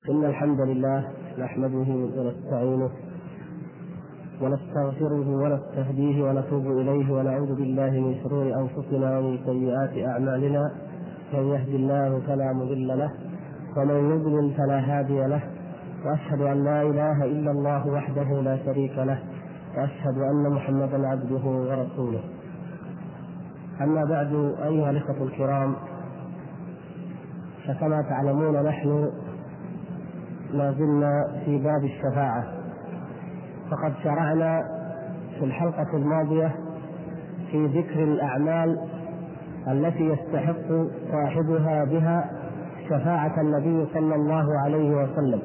إن الحمد لله نحمده ونستعينه ونستغفره ونستهديه ونتوب إليه ونعوذ بالله من شرور أنفسنا ومن سيئات أعمالنا. من يهد الله فلا مضل له ومن يضلل فلا هادي له، وأشهد أن لا إله إلا الله وحده لا شريك له، وأشهد أن محمدا عبده ورسوله. أما بعد، أيها الإخوة الكرام، فكما تعلمون نحن ما زلنا في باب الشفاعة، فقد شرعنا في الحلقة الماضية في ذكر الأعمال التي يستحق صاحبها بها شفاعة النبي صلى الله عليه وسلم،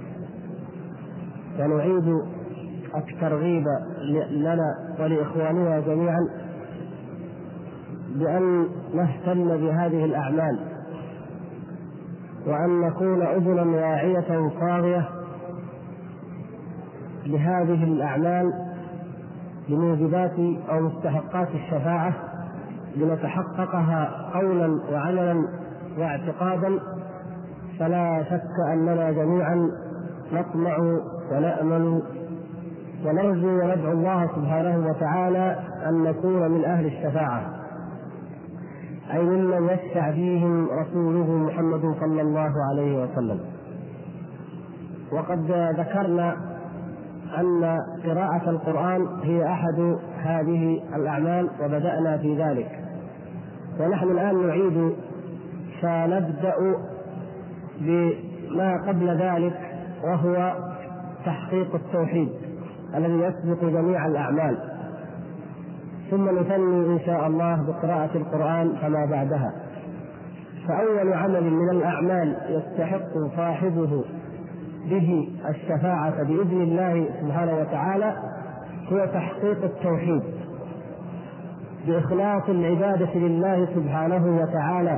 ونعيد الترغيب لنا ولإخواننا جميعا بأن نهتم بهذه الأعمال، وأن نكون أذنا واعية صاغية لهذه الأعمال لموجبات أو مستحقات الشفاعة، لنتحققها قولا وعملا واعتقادا. فلا شك أننا جميعا نطمع ونأمل ونرجو وندعو الله سبحانه وتعالى أن نكون من أهل الشفاعة، أي ممن يشفع فيهم رسوله محمد صلى الله عليه وسلم. وقد ذكرنا أن قراءة القرآن هي أحد هذه الأعمال، وبدأنا في ذلك، ونحن الآن نعيد فنبدأ بما قبل ذلك، وهو تحقيق التوحيد الذي يسبق جميع الأعمال، ثم نثني إن شاء الله بقراءة القرآن فما بعدها. فأول عمل من الأعمال يستحق صاحبه به الشفاعة بإذن الله سبحانه وتعالى هو تحقيق التوحيد، بإخلاص العبادة لله سبحانه وتعالى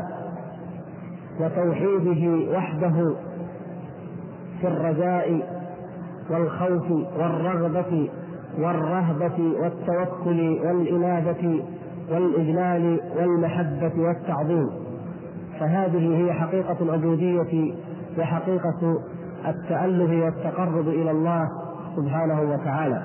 وتوحيده وحده في الرجاء والخوف والرغبة والرهبة والتوكل والإنابة والإجلال والمحبة والتعظيم. فهذه هي حقيقة العبودية وحقيقة التأله والتقرب إلى الله سبحانه وتعالى.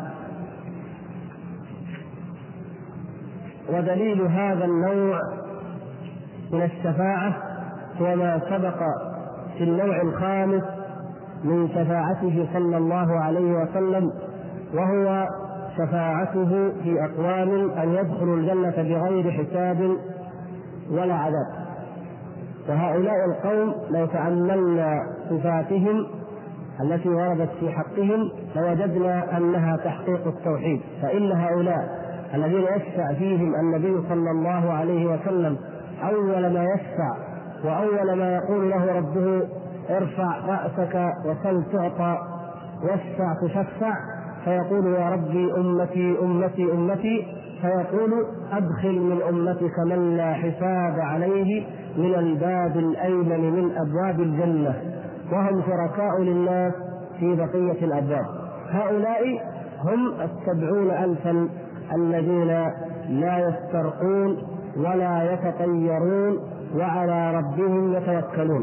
ودليل هذا النوع من الشفاعة هو ما سبق في النوع الخامس من شفاعته صلى الله عليه وسلم، وهو شفاعته في أقوام أن يدخلوا الجنة بغير حساب ولا عذاب. وهؤلاء القوم لو تأملنا صفاتهم التي وردت في حقهم لوجدنا أنها تحقيق التوحيد. فإن هؤلاء الذين يشفع فيهم النبي صلى الله عليه وسلم أول ما يشفع وأول ما يقول له ربه ارفع رأسك وسل تعطى واشفع تشفع، فيقول يا ربي أمتي أمتي أمتي، فيقول أدخل من أمتك من لا حساب عليه من الباب الأيمن من أبواب الجنة، وهم شركاء للناس في بقية الأبواب. هؤلاء هم 70,000 الذين لا يسترقون ولا يتطيرون وعلى ربهم يتوكلون.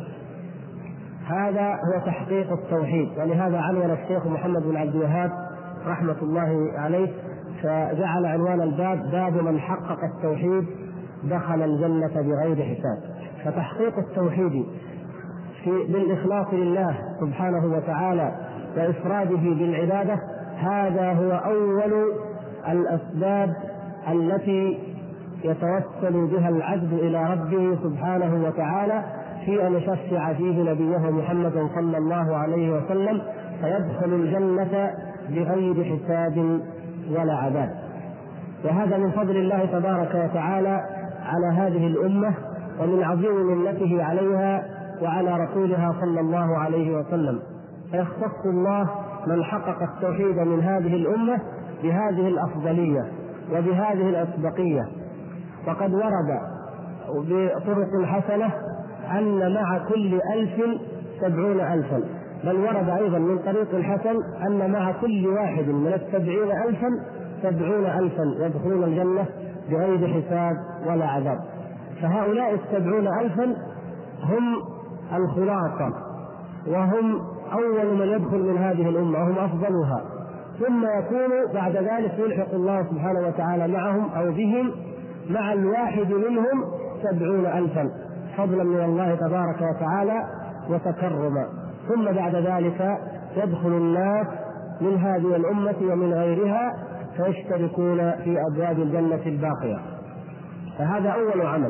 هذا هو تحقيق التوحيد. ولهذا عنوان الشيخ محمد بن عبد الوهاب رحمة الله عليه فجعل عنوان الباب باب من حقق التوحيد دخل الجنة بغير حساب. فتحقيق التوحيد بالإخلاص لله سبحانه وتعالى وإفراده بالعبادة، هذا هو أول الأسباب التي يتوسل بها العبد إلى ربه سبحانه وتعالى في أن يشفع فيه نبيه محمد صلى الله عليه وسلم فيدخل الجنة بغير حساب ولا عذاب. وهذا من فضل الله تبارك وتعالى على هذه الأمة، ومن عظيم منته عليها وعلى رسولها صلى الله عليه وسلم. فيختص الله من حقق التوحيد من هذه الأمة بهذه الأفضلية وبهذه الأسبقية. وقد ورد بطرق حسنة أن مع كل 1000 70,000، بل ورد أيضا من طريق حسن أن مع كل واحد من 70,000 70,000 يدخلون الجنة بغير حساب ولا عذاب. فهؤلاء 70,000 هم الخلاصة وهم أول من يدخل من هذه الأمة وهم أفضلها، ثم يكون بعد ذلك يلحق الله سبحانه وتعالى معهم أو بهم مع الواحد منهم 70,000 فضلا من الله تبارك وتعالى وتكرما. ثم بعد ذلك يدخل الناس من هذه الأمة ومن غيرها فيشتركون في أبواب الجنة الباقية. فهذا أول عمل.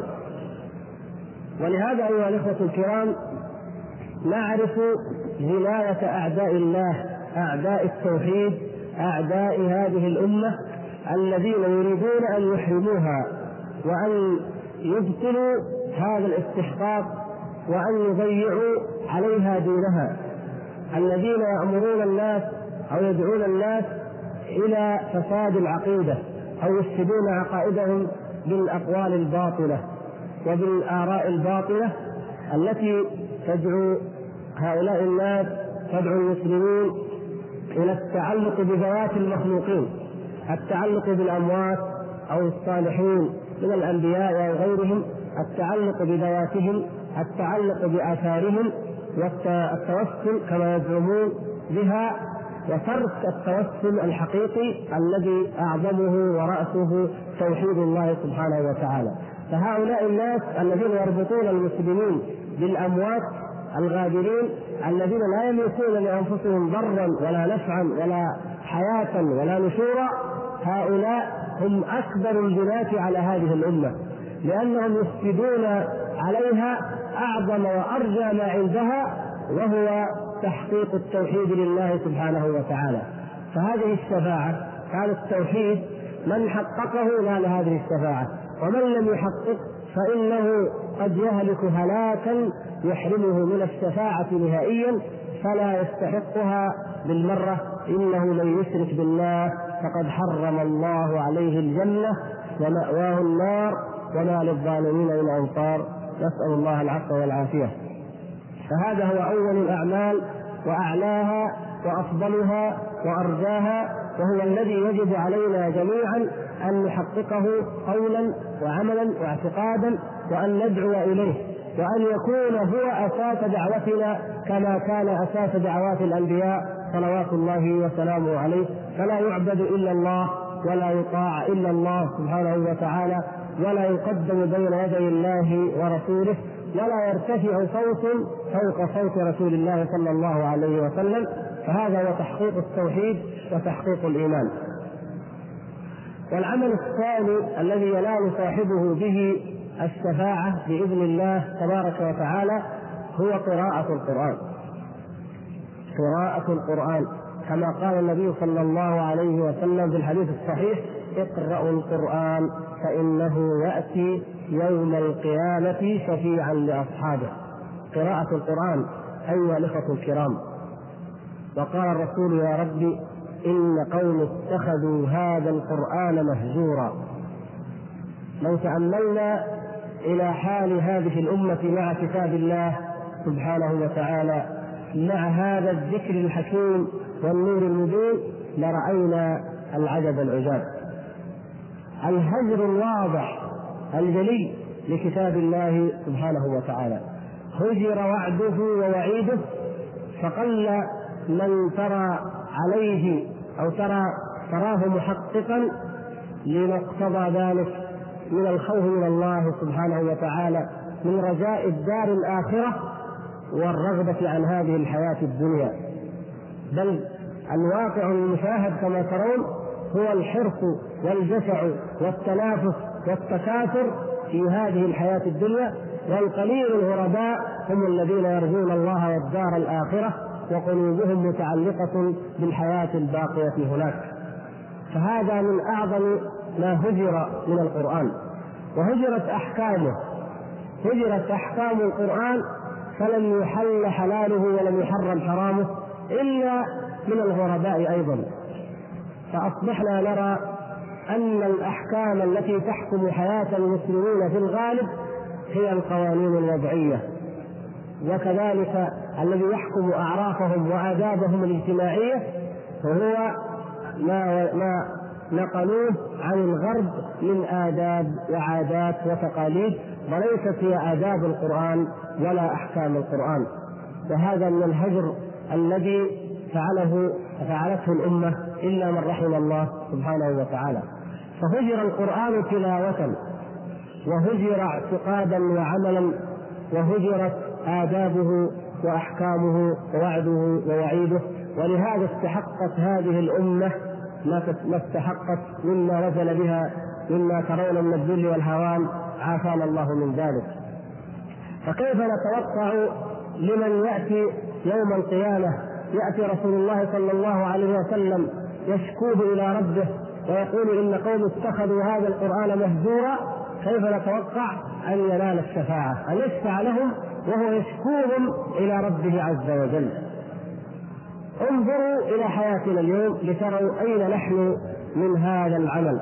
ولهذا أيها الإخوة الكرام نعرف جناية أعداء الله، أعداء التوحيد، أعداء هذه الأمة الذين يريدون أن يحرموها وأن يبطلوا هذا الاستحقاق وأن يضيعوا عليها دينها، الذين يأمرون الناس أو يدعون الناس إلى فساد العقيدة أو يفسدون عقائدهم بالأقوال الباطلة وبالآراء الباطلة التي تدعو هؤلاء الناس، تدعو المسلمين إلى التعلق بذوات المخلوقين، التعلق بالأموات أو الصالحين من الأنبياء وغيرهم، التعلق بذواتهم، التعلق بآثارهم، والتوسل كما يزعمون بها، وترك التوسل الحقيقي الذي أعظمه ورأسه توحيد الله سبحانه وتعالى. فهؤلاء الناس الذين يربطون المسلمين بالأموات الغابرين الذين لا يملكون لأنفسهم ضرا ولا نفعا ولا حياة ولا نشورا، هؤلاء هم أكبر الجناة على هذه الأمة، لأنهم يفسدون عليها أعظم وأرجى ما عندها، وهو تحقيق التوحيد لله سبحانه وتعالى. فهذه الشفاعة، هذا التوحيد من حققه نال هذه الشفاعة، ومن لم يحقق فإنه قد يهلك هلاكا يحرمه من الشفاعة نهائيا فلا يستحقها بالمرة. إنه من يشرك بالله فقد حرم الله عليه الجنة ومأواه النار وما للظالمين من أنصار، نسأل الله العفو والعافية. فهذا هو أول الأعمال وأعلاها وأفضلها وأرجاها، وهو الذي يجب علينا جميعا أن نحققه قولا وعملا واعتقادا، وأن ندعو إليه، وأن يكون هو أساس دعوتنا كما كان أساس دعوات الأنبياء صلوات الله وسلامه عليه. فلا يعبد إلا الله ولا يطاع إلا الله سبحانه وتعالى، ولا يقدم بين يدي الله ورسوله، ولا يرتفع صوت فوق صوت رسول الله صلى الله عليه وسلم. فهذا هو تحقيق التوحيد وتحقيق الإيمان. والعمل الثاني الذي ينال صاحبه به الشفاعة بإذن الله تبارك وتعالى هو قراءة القرآن. قراءة القرآن كما قال النبي صلى الله عليه وسلم في الحديث الصحيح: اقرأوا القرآن فإنه يأتي يوم القيامة شفيعا لأصحابه. قراءة القرآن أيها الإخوة الكرام. وقال الرسول: يا رب إن قوم اتخذوا هذا القرآن مهجورا. لو تأملنا إلى حال هذه الأمة مع كتاب الله سبحانه وتعالى مع هذا الذكر الحكيم والنور المبين لرأينا العجب العجاب. الهجر الواضح الجلي لكتاب الله سبحانه وتعالى، هجر وعده ووعيده، فقل من ترى عليه أو تراه محققا لمقتضى ذلك من الخوف من الله سبحانه وتعالى، من رجاء الدار الآخرة والرغبة عن هذه الحياة الدنيا. بل الواقع المشاهد كما ترون هو الحرص والجشع والتنافس والتكاثر في هذه الحياة الدنيا، والقليل الغرباء هم الذين يرجون الله والدار الآخرة وقلوبهم متعلقة بالحياة الباقية هناك. فهذا من أعظم ما هجر من القرآن، وهجرت أحكامه، هجرت أحكام القرآن، فلم يحل حلاله ولم يحرم حرامه إلا من الغرباء أيضا. فأصبحنا نرى أن الأحكام التي تحكم حياة المسلمين في الغالب هي القوانين الوضعية، وكذلك الذي يحكم أعرافهم وآدابهم الاجتماعية هو ما نقلوه عن الغرب من آداب وعادات وتقاليد، وليست هي آداب القرآن ولا أحكام القرآن. وهذا من الهجر الذي فعلته الأمة إلا من رحم الله سبحانه وتعالى. فهجر القرآن تلاوة، وهجر اعتقادا وعملا، وهجرت آدابه وأحكامه ووعده ووعيده. ولهذا استحقت هذه الأمة ما استحقت مما نزل بها مما ترون من الذل والهوان، عافانا الله من ذلك. فكيف نتوقع لمن يأتي يوم القيامة، يأتي رسول الله صلى الله عليه وسلم يشكوه إلى ربه ويقول إن قوم اتخذوا هذا القرآن مهجورا، كيف نتوقع أن ينال الشفاعة، أن يشفع لهم وهو يشكوهم إلى ربه عز وجل؟ انظروا إلى حياتنا اليوم لتروا أين نحن من هذا العمل.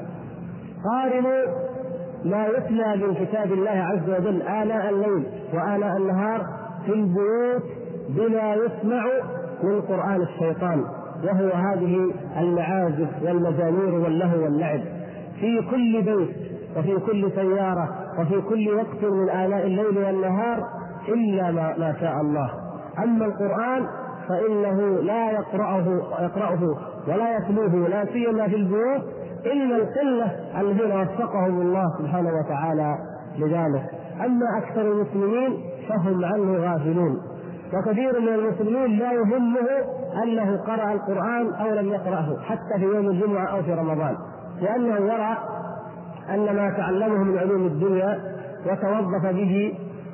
قارنوا ما يتلى من كتاب الله عز وجل آناء الليل وآناء النهار في البيوت بما يسمع من قرآن الشيطان، وهو هذه المعازف والمزامير واللهو واللعب في كل بيت وفي كل سيارة وفي كل وقت من آناء الليل والنهار إلا ما شاء الله. أما القرآن فإنه لا يقرأه ولا يتلوه لا سيما في البيوت إلا القلة الذين وفقهم الله سبحانه وتعالى لذلك. أما أكثر المسلمين فهم عنه غافلون، وكثير من المسلمين لا يهمه أنه قرأ القرآن أو لم يقرأه حتى في يوم الجمعة أو في رمضان، لأنه يرى أن ما تعلمه من علوم الدنيا وتوظف به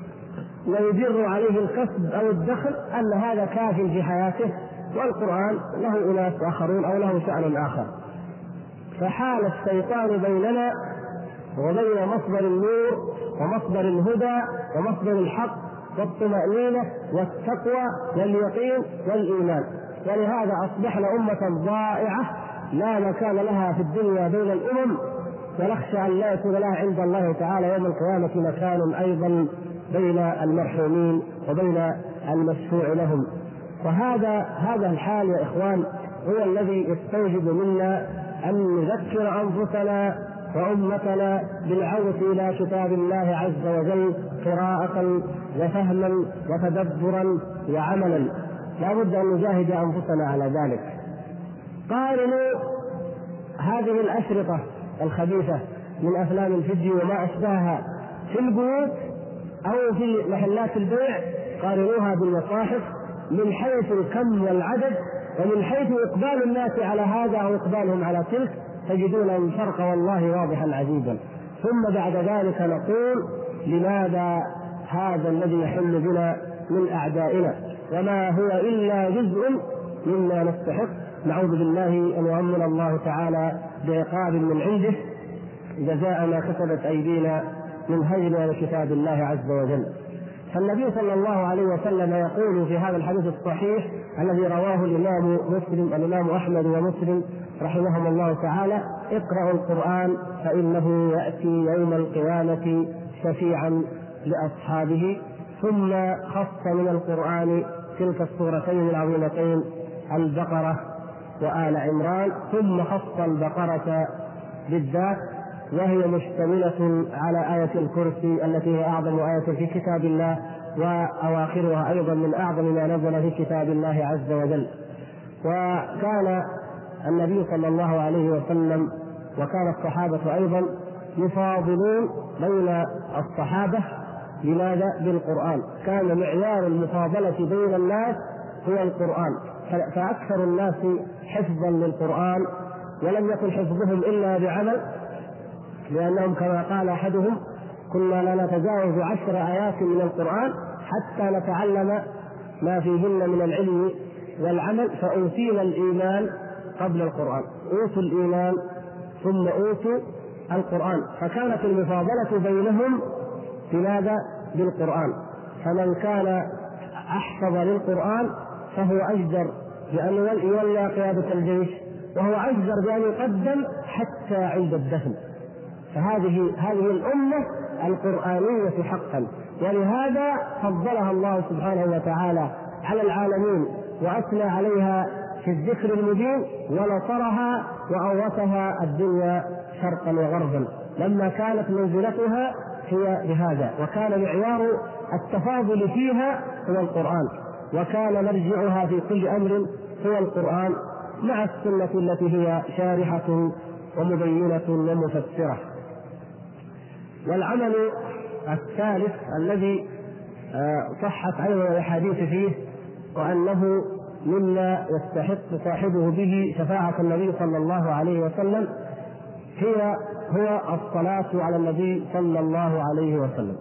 ويدر عليه الكسب أو الدخل أن هذا كاف في حياته، والقرآن له أناس آخرون أو له شأن آخر. فحال الشيطان بيننا وبين مصدر النور ومصدر الهدى ومصدر الحق والطمأنينة والتقوى واليقين والإيمان. ولهذا أصبحنا أمة ضائعة لا مكان لها في الدنيا بين الأمم، ونخشى أن لا يكون لها عند الله تعالى يوم القيامة مكان أيضا بين المرحومين وبين المشفوع لهم. وهذا الحال يا إخوان هو الذي يستوجب منا أن نذكر أنفسنا وأمتنا بالعودة إلى كتاب الله عز وجل قراءة وفهما وتدبرا وعملا. لا بد أن نجاهد أنفسنا على ذلك. قارنوا هذه الأشرطة الخبيثة من أفلام الفيديو وما أشبهها في البيوت أو في محلات البيع، قارنوها بالمصاحف من حيث الكم والعدد ومن حيث إقبال الناس على هذا أو إقبالهم على تلك، تجدون الفرق والله واضحا عجيبا. ثم بعد ذلك نقول لماذا هذا الذي يحل بنا من أعدائنا وما هو إلا جزء مما نستحق. نعوذ بالله أن يؤمن الله تعالى بعقاب من عنده جزاء ما كسبت أيدينا من هجرنا لكتاب الله عز وجل. فالنبي صلى الله عليه وسلم يقول في هذا الحديث الصحيح الذي رواه الإمام أحمد ومسلم رحمهم الله تعالى: اقرأوا القرآن فإنه يأتي يوم القيامة شفيعا لأصحابه. ثم خص من القرآن تلك السورتين العظيمتين البقرة وآل عمران، ثم خص البقرة بالذات وهي مشتملة على آية الكرسي التي هي أعظم آية في كتاب الله، وأواخرها أيضا من أعظم ما نزل في كتاب الله عز وجل. وكان النبي صلى الله عليه وسلم وكان الصحابة أيضا يفاضلون بين الصحابة. لماذا؟ بالقرآن. كان معيار المفاضلة بين الناس هو القرآن، فأكثر الناس حفظا للقرآن، ولم يكن حفظهم إلا بعمل، لأنهم كما قال أحدهم: كنا لا نتجاوز 10 آيات من القرآن حتى نتعلم ما فيهن من العلم والعمل، فأوتينا الإيمان قبل القرآن، أوتوا الإيمان ثم أوتوا القرآن. فكانت المفاضلة بينهم بماذا؟ بالقرآن. فمن كان أحفظ للقرآن فهو أجدر بأن يولى قيادة الجيش، وهو أجدر بأن يقدم حتى عند الدفن. فهذه الأمة القرآنية حقا، ولهذا فضلها الله سبحانه وتعالى على العالمين وأثنى عليها في الذكر المبين، ونصرها وأورثها الدنيا شرقا وغربا لما كانت منزلتها هي بهذا. وكان معيار التفاضل فيها هو القرآن، وكان مرجعها في كل أمر هو القرآن مع السنة التي هي شارحة ومبينة ومفسرة. والعمل الثالث الذي صحت أيضا الأحاديث فيه وأنه مما يستحق صاحبه به شفاعة النبي صلى الله عليه وسلم هو الصلاة على النبي صلى الله عليه وسلم.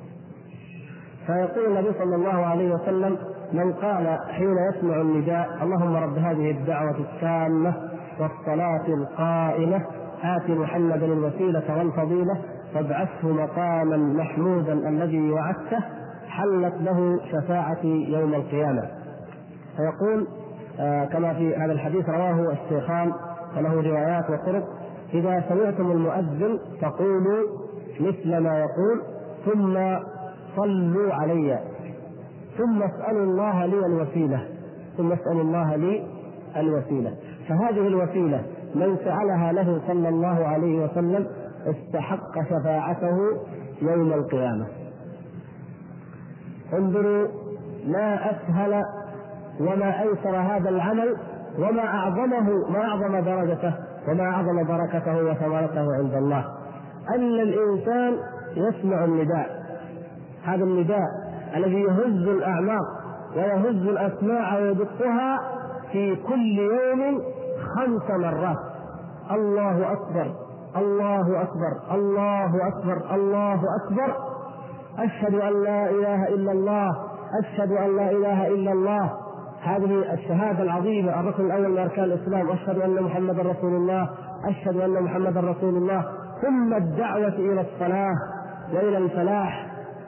فيقول النبي صلى الله عليه وسلم: من قال حين يسمع النداء: اللهم رب هذه الدعوة التامة والصلاة القائمة آت محمدا الوسيلة والفضيلة وابعثه مقاما محمودا الذي وعدته، حلت له شفاعتي يوم القيامة. فيقول كما في هذا الحديث رواه الشيخان وله روايات وطرق: إذا سمعتم المؤذن فقولوا مثل ما يقول، ثم صلوا علي، ثم اسألوا الله لي الوسيلة، ثم اسألوا الله لي الوسيلة. فهذه الوسيلة من سألها له صلى الله عليه وسلم استحق شفاعته يوم القيامة. انظروا ما أسهل وما أيسر هذا العمل، وما أعظمه، ما أعظم درجته وما أعظم بركته وثمرته عند الله. أن الإنسان يسمع النداء، هذا النداء الذي يهز الأعماق ويهز الأسماع ويدقها في كل يوم 5 مرات: الله أكبر الله أكبر الله أكبر الله أكبر، أشهد أن لا إله إلا الله، أشهد أن لا إله إلا الله. هذه الشهادة العظيمة، الركن الأول من أركان الإسلام: أشهد أن محمدا رسول الله، أشهد أن محمدا رسول الله. ثم الدعوة إلى الصلاة وإلى الفلاح: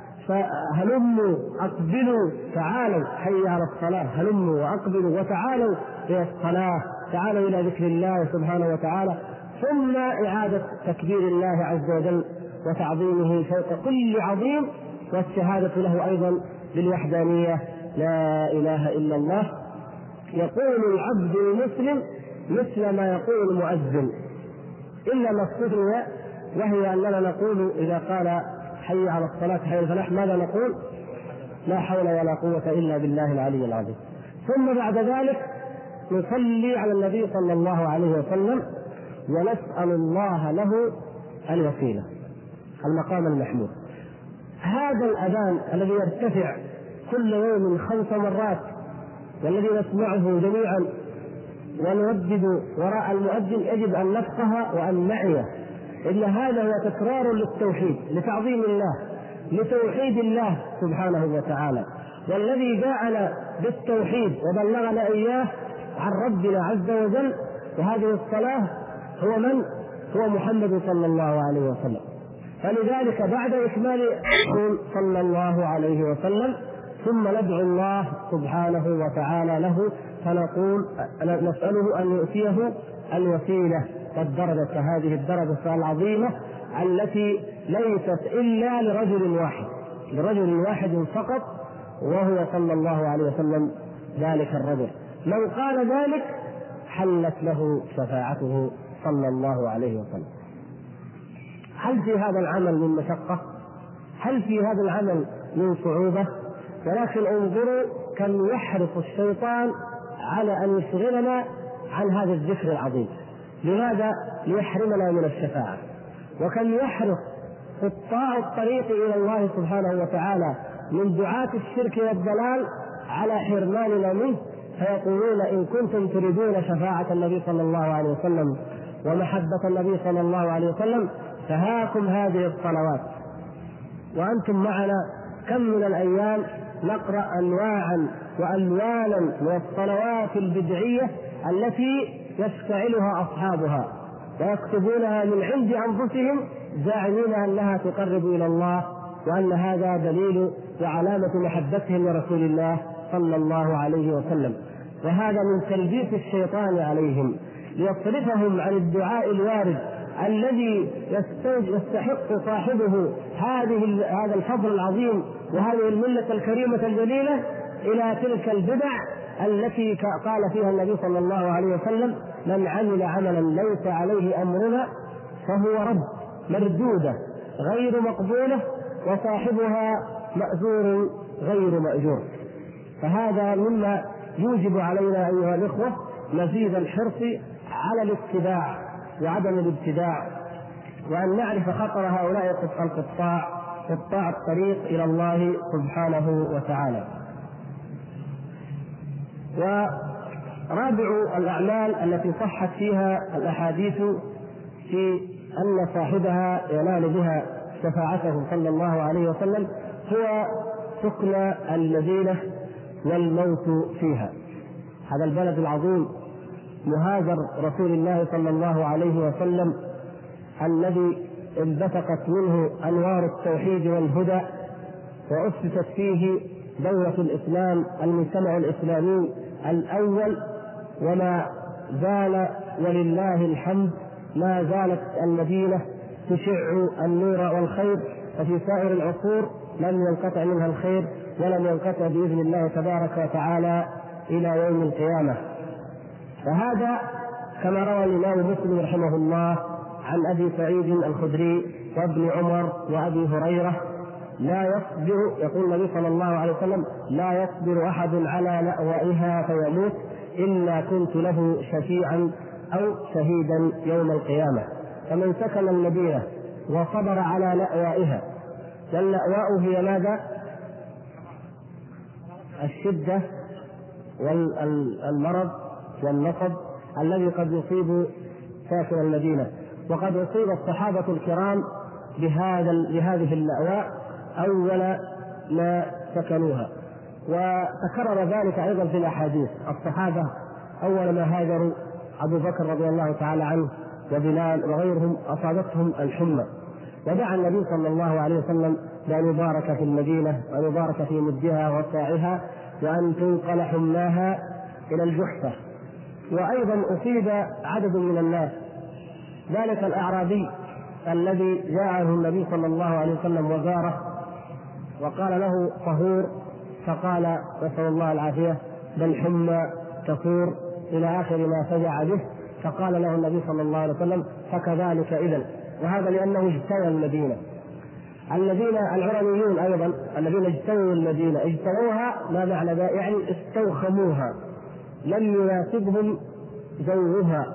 فهلموا أقبلوا تعالوا، حي على الصلاة، هلموا وأقبلوا وتعالوا إلى الصلاة، تعالوا إلى ذكر الله سبحانه وتعالى. ثم إعادة تكبير الله عز وجل وتعظيمه فوق كل عظيم، والشهادة له أيضا بالوحدانية: لا إله إلا الله. يقول العبد المسلم مثل ما يقول المؤذن، إلا ما استثني، وهي أننا نقول إذا قال حي على الصلاة حي على الفلاح ماذا نقول؟ لا حول ولا قوة إلا بالله العلي العظيم. ثم بعد ذلك نصلي على النبي صلى الله عليه وسلم ونسأل الله له الوسيلة، المقام المحمود. هذا الأذان الذي يرتفع كل يوم 5 مرات، والذي نسمعه جميعا ونردد وراء المؤذن، يجب أن نفقه وأن نعيه إن هذا هو تكرار للتوحيد، لتعظيم الله، لتوحيد الله سبحانه وتعالى. والذي جاءنا بالتوحيد وبلغنا إياه عن ربنا عز وجل وهذه الصلاة هو من؟ هو محمد صلى الله عليه وسلم. فلذلك بعد إكمال صلى الله عليه وسلم ثم ندعو الله سبحانه وتعالى له، فنقول نسأله أن يؤتيه الوسيلة والدرجة، هذه الدرجة العظيمة التي ليست إلا لرجل واحد فقط، وهو صلى الله عليه وسلم ذلك الرجل. من قال ذلك حلت له شفاعته صلى الله عليه وسلم. هل في هذا العمل من مشقة؟ هل في هذا العمل من صعوبة؟ ولكن انظروا كم يحرص الشيطان على أن يشغلنا عن هذا الذكر العظيم. لماذا؟ ليحرمنا من الشفاعة. وكم يحرص قطاع الطريق إلى الله سبحانه وتعالى من دعاة الشرك والضلال على حرماننا منه، فيقولون: إن كنتم تريدون شفاعة النبي صلى الله عليه وسلم ومحبة النبي صلى الله عليه وسلم فهاكم هذه الصلوات. وأنتم معنا كم من الأيام نقرأ أنواعا وألوانا من الصلوات البدعية التي يفتعلها أصحابها ويكتبونها من عند أنفسهم زاعمين أنها تقرب إلى الله، وأن هذا دليل وعلامة محبتهم لرسول الله صلى الله عليه وسلم. وهذا من تلبيس الشيطان عليهم ليصرفهم عن الدعاء الوارد الذي يستحق صاحبه هذا الفضل العظيم وهذه الملة الكريمة الجليلة إلى تلك البدع التي قال فيها النبي صلى الله عليه وسلم: من عمل عملا ليس عليه أمرنا فهو رد، مردودة غير مقبولة، وصاحبها مأجور غير مأجور. فهذا مما يوجب علينا أيها الإخوة مزيد الحرص على الاتباع وعدم الابتداع، وأن نعرف خطر هؤلاء قطاع الطريق إلى الله سبحانه وتعالى. ورابع الأعمال التي صحت فيها الأحاديث في أن صاحبها ينال بها شفاعته صلى الله عليه وسلم هو سكن المدينة والموت فيها. هذا البلد العظيم مهاجر رسول الله صلى الله عليه وسلم الذي انبثقت منه أنوار التوحيد والهدى، وأسست فيه دولة الإسلام، المجتمع الإسلامي الأول، وما زال ولله الحمد ما زالت المدينة تشع النور والخير، وفي سائر العصور لم ينقطع منها الخير ولم ينقطع بإذن الله تبارك وتعالى إلى يوم القيامة. فهذا كما روى الإمام مسلم رحمه الله عن أبي سعيد الخدري وابن عمر وأبي هريرة لا يصبر، يقول النبي صلى الله عليه وسلم: لا يصبر أحد على لأوائها فيموت إلا كنت له شفيعا أو شهيدا يوم القيامة. فمن سكن المدينة وصبر على لأوائها، واللأواء هي ماذا؟ الشدة والمرض والنصب الذي قد يصيب ساكن المدينة، وقد أصيب الصحابة الكرام بهذه اللأواء أول ما سكنوها. وتكرر ذلك أيضا في الأحاديث. الصحابة أول ما هاجروا أبو بكر رضي الله تعالى عنه وبلال وغيرهم أصابتهم الحمى، ودعا النبي صلى الله عليه وسلم بأن يبارك في المدينة وأن يبارك في مدها وساعها وأن تنقل حماها إلى الجحفة. وأيضا أصيب عدد من الناس، ذلك الأعرابي الذي جاءه النبي صلى الله عليه وسلم وزاره وقال له طهور، فقال نسأل الله العافية بل حمى تثور إلى آخر ما فزع به. فقال له النبي صلى الله عليه وسلم: فكذلك إذن. وهذا لأنه اجتوى المدينة. الذين العرنيون أيضا الذين اجتووا المدينة اجتووها، ما معنى ذلك؟ يعني استوخموها، لم يناسبهم جوها،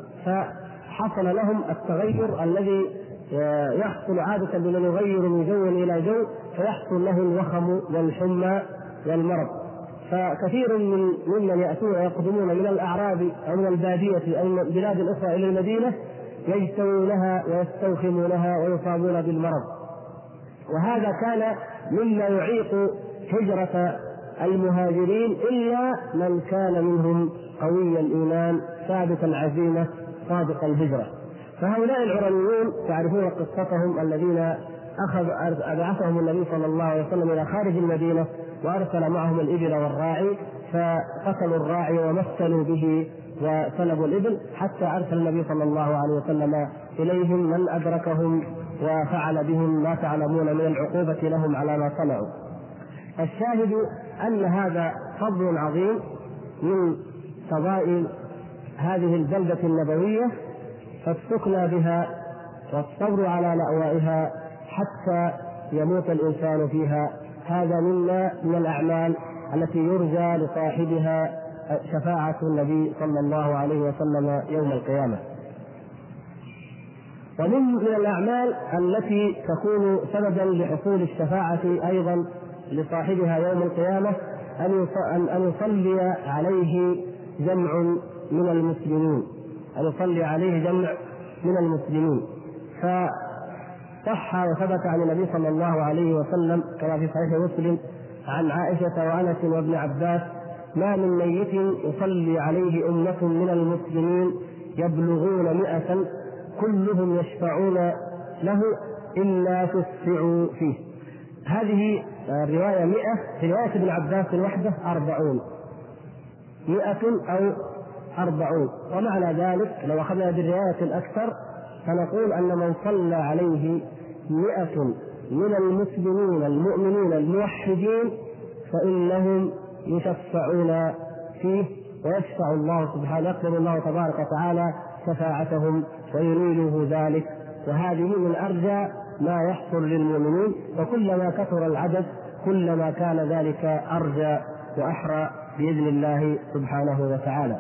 فحصل لهم التغير الذي يحصل عادة بمن يغير من جو إلى جو، فيحصل له الوخم والحمى والمرض. فكثير ممن يأتون ويقدمون من الأعراب أو من البادية أو من بلاد أخرى إلى المدينة يجتوونها ويستوخمونها ويصابون بالمرض. وهذا كان مما يعيق هجرة المهاجرين إلا من كان منهم قوي الإيمان ثابت العزيمة صادق الهجرة. فهؤلاء العرنيون تعرفون قصتهم، الذين أبعثهم النبي صلى الله عليه وسلم إلى خارج المدينة وأرسل معهم الإبل والراعي، فقتلوا الراعي ومثلوا به وسلبوا الإبل، حتى أرسل النبي صلى الله عليه وسلم إليهم من أدركهم وفعل بهم ما تعلمون من العقوبة لهم على ما صنعوا. الشاهد أن هذا فضل عظيم من فضائل هذه البلدة النبوية، فالسكنى بها والصبر على لأوائها حتى يموت الإنسان فيها، هذا من الأعمال التي يرجى لصاحبها شفاعة النبي صلى الله عليه وسلم يوم القيامة. ومن الأعمال التي تكون سببا لحصول الشفاعة أيضا لصاحبها يوم القيامة أن يصلي عليه جمع من المسلمين، أن يصلي عليه جمع من المسلمين. فصح وثبت عن النبي صلى الله عليه وسلم كما في صحيح مسلم عن عائشة وأنس وابن عباس: ما من ميت يصلي عليه أمة من المسلمين يبلغون 100 كلهم يشفعون له إلا تشفعوا فيه. هذه الرواية 100، في رواية ابن عباس الوحدة 40، 100 أو 40. ومعنى ذلك لو أخذنا بالرواية الأكثر فنقول أن من صلى عليه 100 من المسلمين المؤمنين الموحدين فإنهم يشفعون فيه، ويشفع الله سبحانه، يقبل الله تبارك وتعالى شفاعتهم وينيله ذلك. وهذه من أرجى ما يحصل للمؤمنين، وكلما كثر العدد كلما كان ذلك أرجى وأحرى بإذن الله سبحانه وتعالى.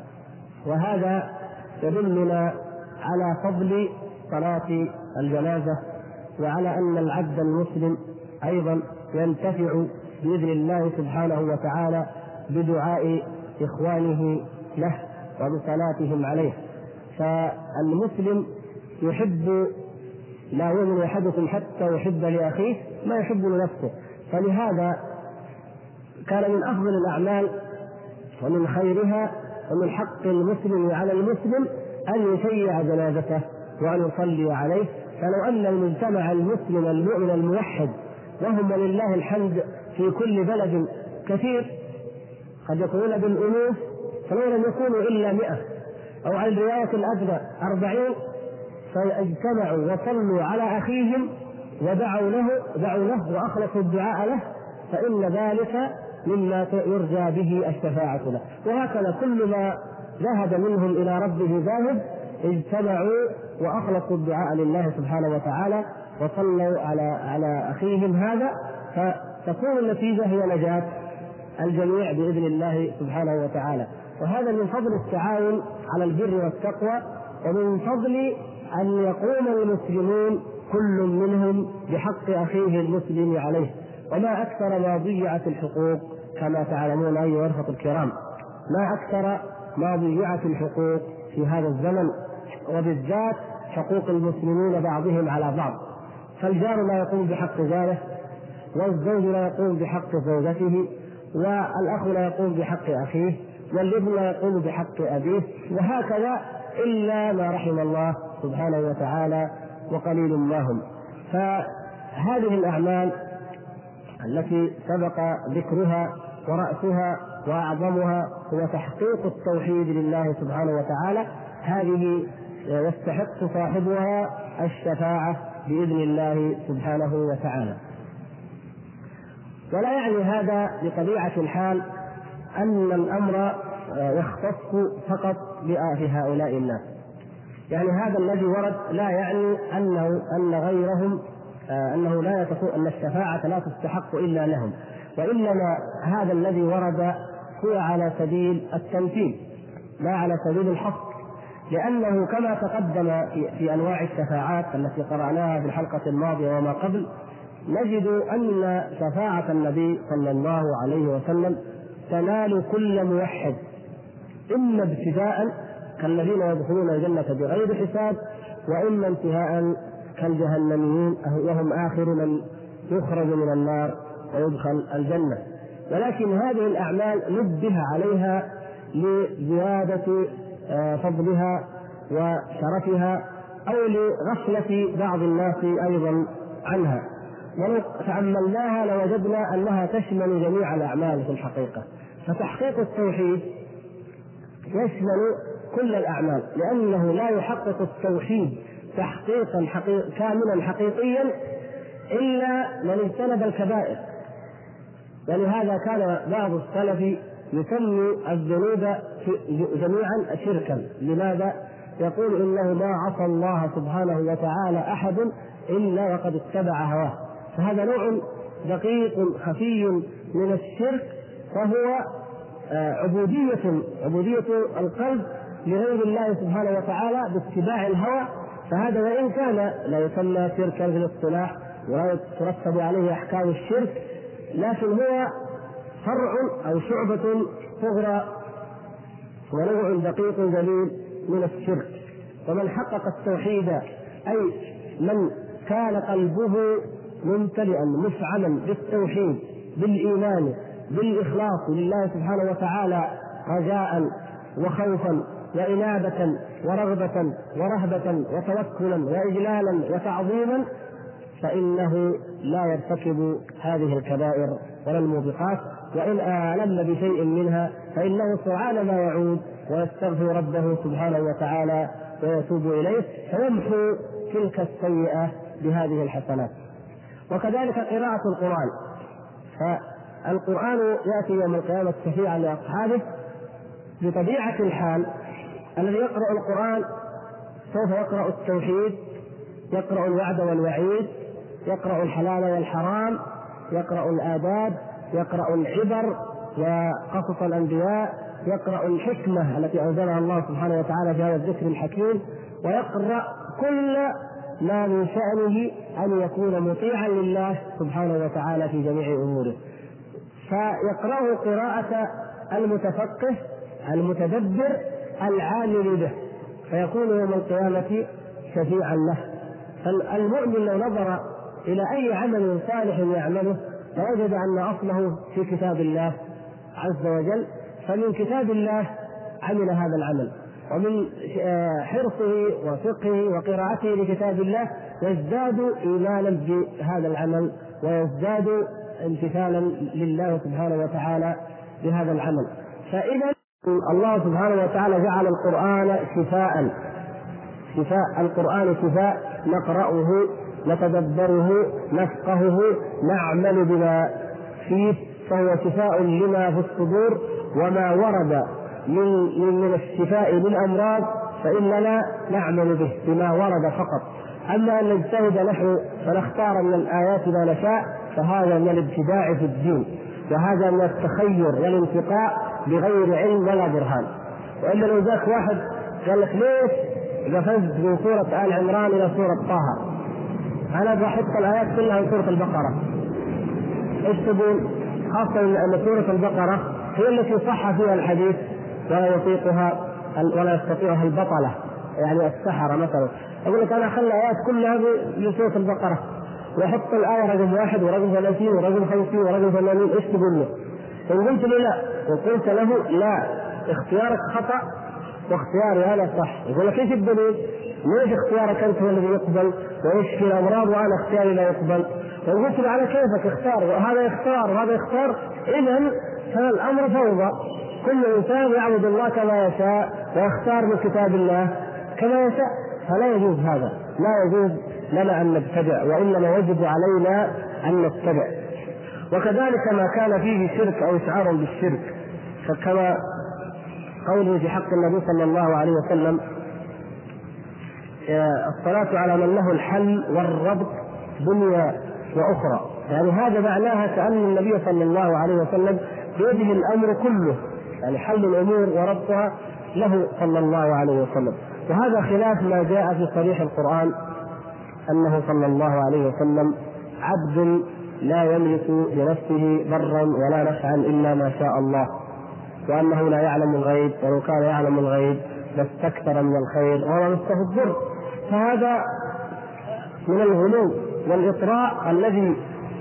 وهذا يدلنا على فضل صلاة الجنازة، وعلى أن العبد المسلم أيضا ينتفع بإذن الله سبحانه وتعالى بدعاء إخوانه له وبصلاتهم عليه. فالمسلم يحب، لا يؤمن أحدكم حتى يحب لأخيه ما يحب لنفسه. فلهذا كان من أفضل الأعمال ومن خيرها ومن حق المسلم على المسلم أن يشيع جنازته وأن يصلي عليه. فلو أن المجتمع المسلم المؤمن الموحد، وهم ولله الحمد في كل بلد كثير قد يكونون بالألوف، فلو لم يكونوا إلا 100 أو على الرواية الأدنى 40، فاجتمعوا وصلوا على أخيهم ودعوا له وأخلصوا الدعاء له، فإن ذلك مما يرجى به الشفاعة له. وهكذا كل ما ذهب منهم إلى ربه ذاهب اجتمعوا وأخلصوا الدعاء لله سبحانه وتعالى وصلوا على أخيهم هذا، فتكون النتيجة هي نجاة الجميع بإذن الله سبحانه وتعالى. وهذا من فضل التعاون على البر والتقوى، ومن فضل أن يقوم المسلمون كل منهم بحق أخيه المسلم عليه. وما أكثر ما ضيعت الحقوق كما تعلمون أيها الأخوة الكرام، ما أكثر ما ضيعت الحقوق في هذا الزمن، وبالذات حقوق المسلمين بعضهم على بعض. فالجار لا يقوم بحق جاره، والزوج لا يقوم بحق زوجته، والأخ لا يقوم بحق أخيه، والابن لا يقوم بحق أبيه، وهكذا إلا ما رحم الله سبحانه وتعالى وقليل ما هم. فهذه الأعمال التي سبق ذكرها ورأسها وأعظمها هو تحقيق التوحيد لله سبحانه وتعالى، هذه يستحق صاحبها الشفاعة بإذن الله سبحانه وتعالى. ولا يعني هذا بطبيعة الحال أن الأمر يختص فقط بهؤلاء الناس. يعني هذا الذي ورد لا يعني أن غيرهم أنه لا يكون أن الشفاعة لا تستحق إلا لهم، وإنما هذا الذي ورد هو على سبيل التمثيل لا على سبيل الحصر، لأنه كما تقدم في أنواع الشفاعات التي قرأناها في الحلقة الماضية وما قبل، نجد أن شفاعة النبي صلى الله عليه وسلم تنال كل موحد، إما ابتداء كالذين يدخلون الجنة بغير حساب، وإما انتهاء كالجهنميين وهم آخر من يخرج من النار ويدخل الجنة. ولكن هذه الأعمال نبه عليها لزيادة فضلها وشرفها أو لغفلة بعض الناس أيضا عنها. ولو تأملناها لوجدنا أنها تشمل جميع الأعمال في الحقيقة. فتحقيق التوحيد يشمل كل الأعمال، لأنه لا يحقق التوحيد تحقيقا كاملا حقيقيا إلا من اجتنب الكبائر. ولهذا كان بعض السلف يسمي الذنوب جميعا شركا. لماذا؟ يقول إنه ما عصى الله سبحانه وتعالى أحد إلا وقد اتبع هواه. فهذا نوع دقيق خفي من الشرك، وهو عبودية القلب لغير الله سبحانه وتعالى باتباع الهوى. فهذا وإن كان لا يسمى شركا في الاصطلاح ولا يترتب عليه أحكام الشرك، لكن هو فرع أو شعبة صغرى ونوع دقيق جليل من الشرك. ومن حقق التوحيد أي من كان قلبه ممتلئا مفعما بالتوحيد بالإيمان بالإخلاص لله سبحانه وتعالى رجاء وخوفا وإنابة ورغبة ورهبة وتوكلا وإجلالا وتعظيما، فإنه لا يرتكب هذه الكبائر ولا الموبقات، وإن ألم بشيء منها فإنه سرعان ما يعود ويستغفر ربه سبحانه وتعالى ويتوب إليه فيمحو تلك السيئة بهذه الحسنات. وكذلك قراءة القرآن، فالقرآن يأتي يوم القيامة شفيعا لأصحابه. بطبيعة الحال الذي يقرأ القرآن سوف يقرأ التوحيد، يقرأ الوعد والوعيد، يقرأ الحلال والحرام، يقرأ الآداب، يقرأ العبر وقصص الأنبياء، يقرأ الحكمة التي أنزلها الله سبحانه وتعالى في هذا الذكر الحكيم، ويقرأ كل ما من شأنه أن يكون مطيعا لله سبحانه وتعالى في جميع أموره. فيقرأه قراءة المتفقه المتدبر العامل به، فيكون يوم القيامة شفيعا له. فالمؤمن لو نظر إلى أي عمل صالح يعمله فوجد أن أصله في كتاب الله عز وجل، فمن كتاب الله عمل هذا العمل، ومن حرصه وفقهه وقراءته لكتاب الله يزداد إيمانا بهذا العمل ويزداد امتثالا لله سبحانه وتعالى بهذا العمل. فإذا الله سبحانه وتعالى جعل القرآن شفاء، القرآن شفاء، نقرأه نتدبره نفقهه نعمل بما فيه، فهو شفاء لما في الصدور، وما ورد من الشفاء للأمراض فإننا نعمل به بما ورد فقط. أما أن نجتهد نحن فنختار من الآيات ما نشاء فهذا من الابتداع في الدين، وهذا من التخير والانتقاء بغير علم ولا برهان. وإلا لو ذاك واحد قال لك ليش قفزت من سورة آل عمران إلى سورة طه؟ أنا بحط الآيات كلها من سورة البقرة. إيش تقول؟ خاصة أن سورة البقرة هي التي صح فيها الحديث ولا يطيقها ولا يستطيعها البطلة، يعني السحرة مثلا. أقول لك أنا أخلي الآيات كلها من سورة البقرة ويحط الآية رقم 1 ورقم 30 ورقم 50 ورقم 80. إيش تقول له؟ إن قلت له لا وقلت له لا اختيارك خطأ واختياري أنا صح، يقول لك إيش الدليل؟ ليش اختيارك أنت هو الذي يقبل ويشفي الأمراض وأنا اختياري لا يقبل؟ لو قلت له على كيفك اختار وهذا يختار وهذا يختار، إذن كان الأمر فوضى. كل إنسان يعبد الله كما يشاء ويختار من كتاب الله كما يشاء، فلا يجوز هذا، لا يجوز لنا أن نبتدع، وإنما يجب علينا أن نتبع. وكذلك ما كان فيه شرك أو إشعار بالشرك، فكما قوله في حق النبي صلى الله عليه وسلم الصلاة على من له الحل والربط دنيا وأخرى، يعني هذا معناها كأن النبي صلى الله عليه وسلم بيده الأمر كله، يعني حل الأمور وربطها له صلى الله عليه وسلم. وهذا خلاف ما جاء في صريح القرآن أنه صلى الله عليه وسلم عبد لا يملك لنفسه ضرا ولا نفعا إلا ما شاء الله، وأنه لا يعلم الغيب، ولو كان يعلم الغيب لاستكثر من الخير وما مسه الضر. فهذا من الغلو والإطراء الذي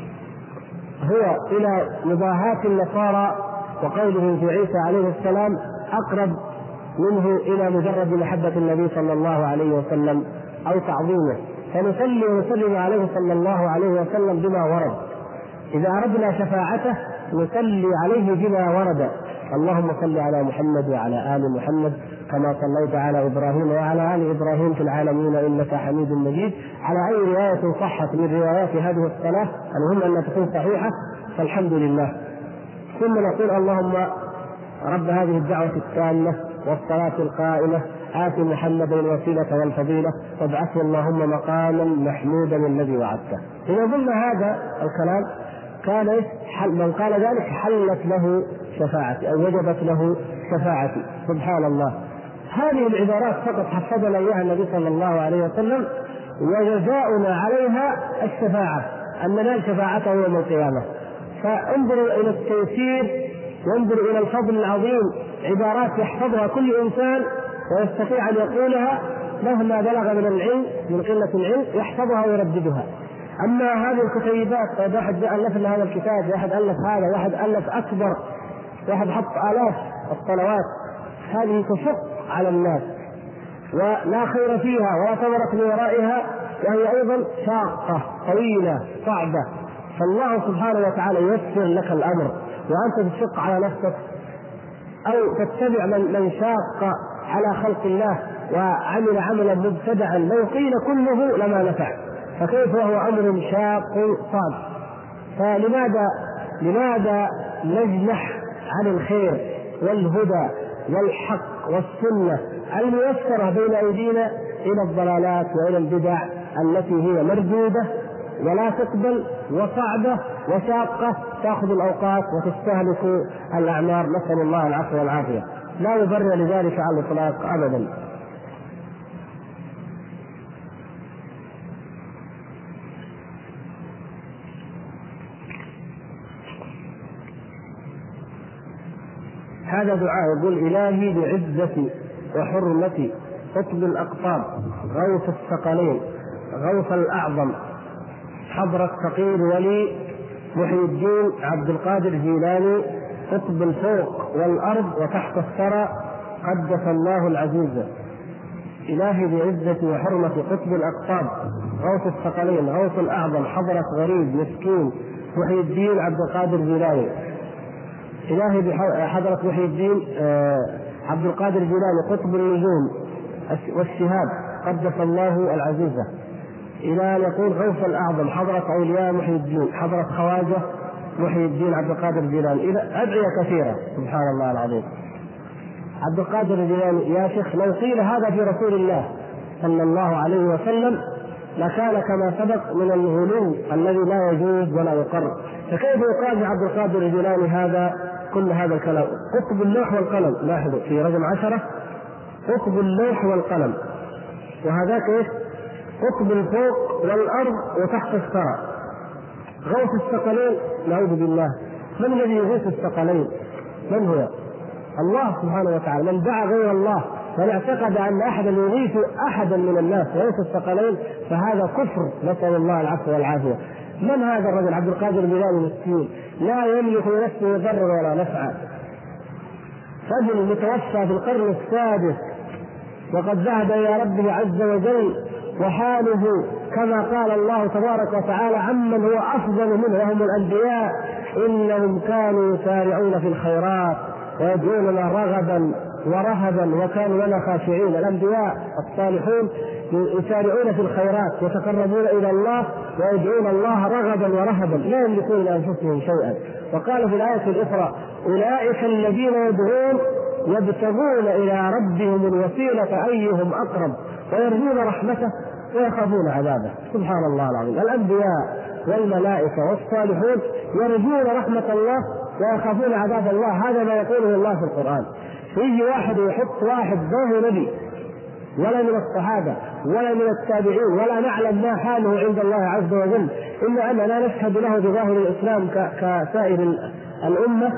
هو إلى مباهاة النصارى، وقوله في عيسى عليه السلام أقرب منه إلى مجرد محبة النبي صلى الله عليه وسلم أو تعظيمه، فنصلي ونسلم عليه صلى الله عليه وسلم بما ورد. إذا أردنا شفاعته نصلي عليه بما ورد، اللهم صل على محمد وعلى آل محمد كما صليت على إبراهيم وعلى آل إبراهيم في العالمين إنك حميد مجيد، على أي رواية صحت من روايات هذه الصلاة، المهم أن تكون صحيحة، فالحمد لله. ثم نقول اللهم رب هذه الدعوة التامة والصلاة القائمة آت محمدا الوسيلة والفضيلة وابعثه اللهم مقاما محمودا الذي وعدته. إذا قلنا هذا الكلام كان من قال ذلك حلت له شفاعتي أو وجبت له شفاعتي. سبحان الله، هذه العبارات فقط حفظنا إياها النبي صلى الله عليه وسلم، وجزاؤنا عليها الشفاعة، أن ننال شفاعته يوم القيامة. فانظروا إلى التيسير وانظروا إلى الفضل العظيم، عبارات يحفظها كل إنسان ويستطيع أن يقولها مهما بلغ من العلم من قلة العلم، يحفظها ويرددها. أما هذه الكتيبات، واحد ألف هذا الكتاب، واحد ألف هذا، واحد ألف أكبر، واحد حط آلاف الصلوات، هذه تشق على الناس ولا خير فيها ولا ثمرة من ورائها، وهي أيضا شاقة طويلة صعبة. فالله سبحانه وتعالى ييسر لك الأمر وأنت تشق على نفسك أو تتبع من شاق على خلق الله وعمل عملا مبتدعا لو قيل كله لما نفع، فكيف وهو أمر شاق صعب؟ فلماذا نجنح عن الخير والهدى والحق والسنة الميسرة بين أيدينا إلى الضلالات وإلى البدع التي هي مردودة ولا تقبل، وصعبة وشاقة تأخذ الأوقات وتستهلك الأعمار، نسأل الله العفو والعافية. لا مبرر لذلك على الإطلاق أبدا. هذا دعاء يقول: إلهي بعزتي وحرمتي قطب الأقطاب غوث الثقلين غوث الأعظم حضرة فقير ولي محي الدين عبد القادر الجيلاني قطب الفوق والأرض وتحت الثرى قدس الله العزيز. إلهي بعزتي وحرمتي قطب الأقطاب غوث الثقلين غوث الأعظم حضرة غريب مسكين محي الدين عبد القادر الجيلاني. إلهي بحضرة محي الدين عبد القادر الجيلاني قطب النجوم والشهاب قدس الله العزيزة. إلى أن يقول غوث الأعظم حضرة أولياء محي الدين حضرة خواجة محي الدين عبد القادر الجيلاني. إلى أدعية كثيرة سبحان الله العظيم. عبد القادر الجيلاني يا شيخ لو قيل هذا في رسول الله صلى الله عليه وسلم لكان كما سبق من الغلو الذي لا يجوز ولا يقر، فكيف يقال عبد القادر الجيلاني هذا كل هذا الكلام؟ قطب اللوح والقلم، لاحظوا في رقم 10 قطب اللوح والقلم، وهذاك ايش؟ قطب الفوق والارض وتحت الثرى غوث الثقلين. نعوذ بالله، من الذي يغيث الثقلين؟ من هو؟ الله سبحانه وتعالى. من دعا غير الله من اعتقد ان احدا يغيث احدا من الناس غوث الثقلين فهذا كفر، نسال الله العفو والعافيه. من هذا الرجل؟ عبد القادر الجيلاني مسكين لا يملك لنفسه ضرا ولا نفعا، رجل متوفى في القرن السادس وقد ذهب الى ربه عز وجل، وحاله كما قال الله تبارك وتعالى عمن هو افضل منه وهم الانبياء: انهم كانوا يسارعون في الخيرات ويدعوننا رغبا ورهبا وكانوا لنا خاشعين. الانبياء الصالحون يسارعون في الخيرات يتقربون الى الله ويدعون الله رغبا ورهبا لا يملكون لانفسهم شيئا. وقال في الايه الاخرى: اولئك الذين يدعون يبتغون الى ربهم الوسيله ايهم اقرب ويرجون رحمته ويخافون عذابه. سبحان الله العظيم. الانبياء والملائكه والصالحون يرجون رحمه الله ويخافون عذاب الله، هذا ما يقوله الله في القرآن. يجي واحد ويحط واحد ما هو نبي ولا من الصحابة ولا من التابعين ولا نعلم ما حاله عند الله عز وجل إلا أننا نشهد له بظاهر الإسلام كسائر الأمة،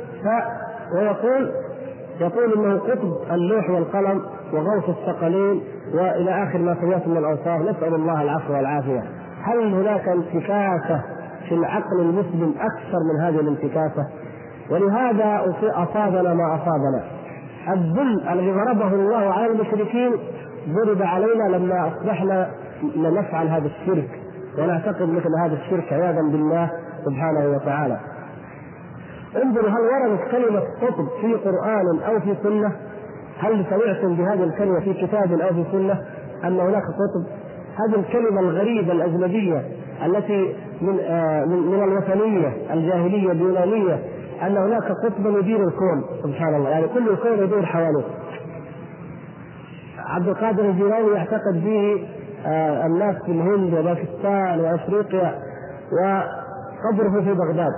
ويقول إنه قطب اللوح والقلم وغوث الثقلين وإلى آخر ما سمعت من الأوصاف. نسأل الله العفو والعافية. هل هناك انتكاسة في العقل المسلم أكثر من هذه الانتكاسة؟ ولهذا أصابنا ما أصابنا. الذل الذي ضربه الله على المشركين ضرب علينا لما أصبحنا نفعل هذا الشرك ونعتقد مثل هذا الشرك عياذا بالله سبحانه وتعالى. انظروا هل وردت كلمة قطب في قرآن أو في سنة؟ هل سمعتم بهذه الكلمة في كتاب أو في سنة أن هناك قطب؟ هذه الكلمة الغريبة الأجنبية التي من الوثنية الجاهلية اليونانية أن هناك قطبا يدير الكون سبحان الله، يعني كل الكون يدور حواليه. عبد القادر الجيلاني يعتقد به الناس في الهند وباكستان وأفريقيا وقبره في بغداد،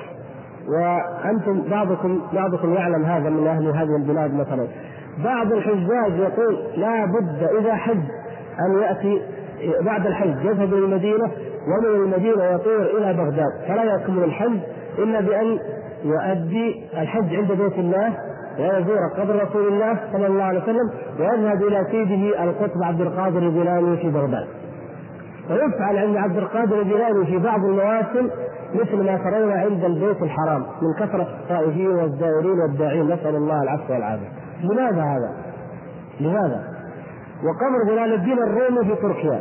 وأنتم بعضكم يعلم هذا من أهل هذه البلاد. مثلا بعض الحجاج يقول لا بد إذا حج أن يأتي بعد الحج يذهب إلى المدينة ومن المدينة يطير إلى بغداد، فلا يكمل الحج إلا بأن يؤدي الحج عند بيت الله ويزور قبر رسول الله صلى الله عليه وسلم ويذهب إلى سيده القطب عبد القادر الجيلاني في بغداد. ويفعل عند عبد القادر الجيلاني في بعض المواسم مثل ما ترون عند البيت الحرام من كثرة الطائفين والزائرين والداعين، نسأل الله العفو والعافية. لماذا هذا؟ لماذا؟ وقبر جلال الدين الرومي في تركيا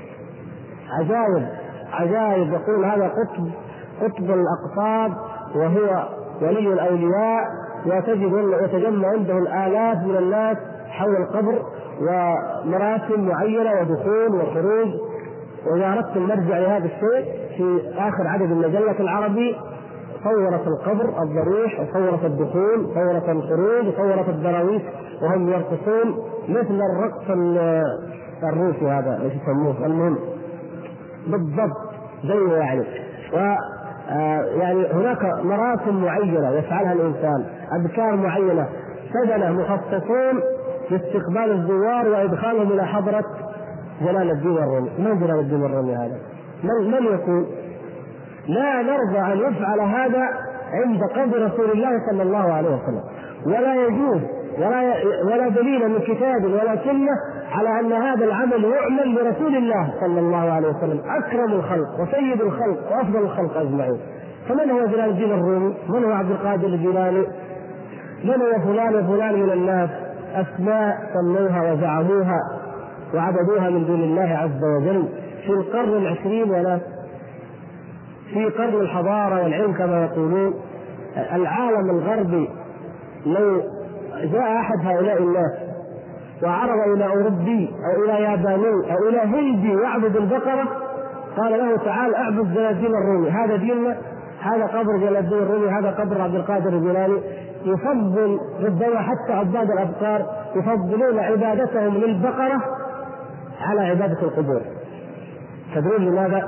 عجائب. يقول هذا قطب الأقطاب وهو ولي الأولياء، وتجمع عنده الآلاف من الناس حول القبر ومراسم معينة ودخول وخروج. وإذا أردت المرجع لهذا الشيء في آخر عدد المجلة العربي صورت القبر الضريح وصورت الدخول صورت الخروج وصورت الدراويش وهم يرقصون مثل الرقص الروسي هذا ايش يسموه، المهم بالضبط زيه يعني. يعني هناك مراسم معينة يفعلها الإنسان، أذكار معينة، سجنة مخصصون لاستقبال الزوار وإدخالهم إلى حضرة جلال الدين الرومي. من جلال الدين الرومي هذا؟ من يكون؟ لا نرضى أن يفعل هذا عند قبر رسول الله صلى الله عليه وسلم، ولا يجوز ولا دليل من كتاب ولا سنة على أن هذا العمل يعمل لرسول الله صلى الله عليه وسلم، أكرم الخلق وسيد الخلق وأفضل الخلق أجمعين. فمن هو جلال الدين الرومي؟ من هو عبد القادر الجيلاني؟ من هو فلان وفلان من الناس؟ أسماء سموها وزعموها وعبدوها من دون الله عز وجل في القرن العشرين، ولا في قرن الحضارة والعلم كما يقولون. العالم الغربي لو جاء أحد هؤلاء الناس وعرض إلى أوروبي أو إلى ياباني أو إلى هندي يعبد البقرة، قال له تعال اعبد جلال الدين الرومي، هذا ديننا، هذا قبر جلال الدين الرومي، هذا قبر عبد القادر الجيلاني. يفضل ربما حتى عباد الأبقار يفضلون عبادتهم للبقرة على عبادة القبور. تدرون لماذا؟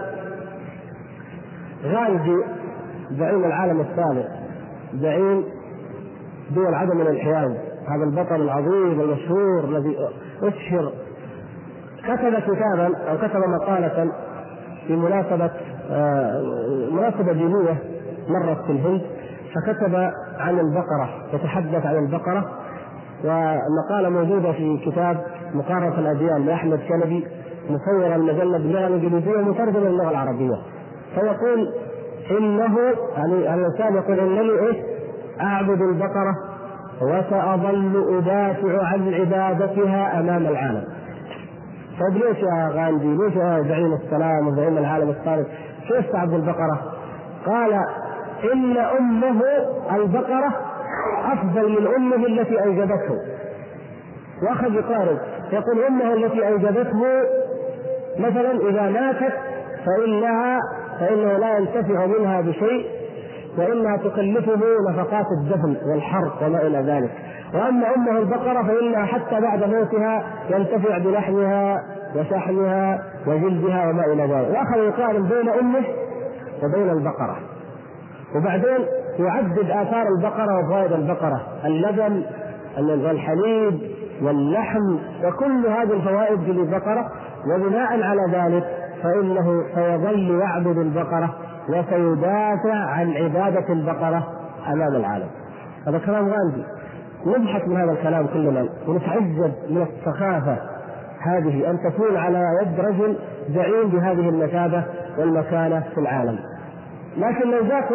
غاندي زعيم العالم الثالث، زعيم دول عدم الانحياز، هذا البطل العظيم المشهور الذي أشهر، كتب كتابا أو كتب مقالة في مناسبة دينية مرت في الهند، فكتب عن البقرة، يتحدث عن البقرة، والمقالة موجودة في كتاب مقارنة الأديان لأحمد شلبي، مصور المجلة باللغة الإنجليزية ومترجم للغة العربية. فيقول إنه يعني الإنسان يقول إنني أعبد البقرة وسأظل أدافع عن عبادتها أمام العالم. طيب ليش يا غاندي؟ ليش يا زعيم السلام وزعيم العالم الثالث كيف تعبد البقرة؟ قال إن أمه البقرة أفضل من أمه التي أنجبته. وأخذ يقارن، يقول أمه التي أنجبته مثلا إذا ماتت فإنه لا ينتفع منها بشيء، وإنها تكلفه نفقات الدفن والحرق وما إلى ذلك. وأما أمه البقرة فإنها حتى بعد موتها ينتفع بلحمها وشحمها وجلدها وما إلى ذلك. وأخذ يقارن بين أمه وبين البقرة، وبعدين يعدد آثار البقرة وفوائد البقرة، اللبن والحليب واللحم وكل هذه الفوائد للبقرة. وبناء على ذلك فإنه سيظل يعبد البقرة وسيدافع عن عبادة البقرة أمام العالم. هذا كلام غاندي. نضحك من هذا الكلام كلنا ونتعجب من السخافة هذه أن تكون على يد رجل زعيم بهذه المثابة والمكانة في العالم. لكن لو جاء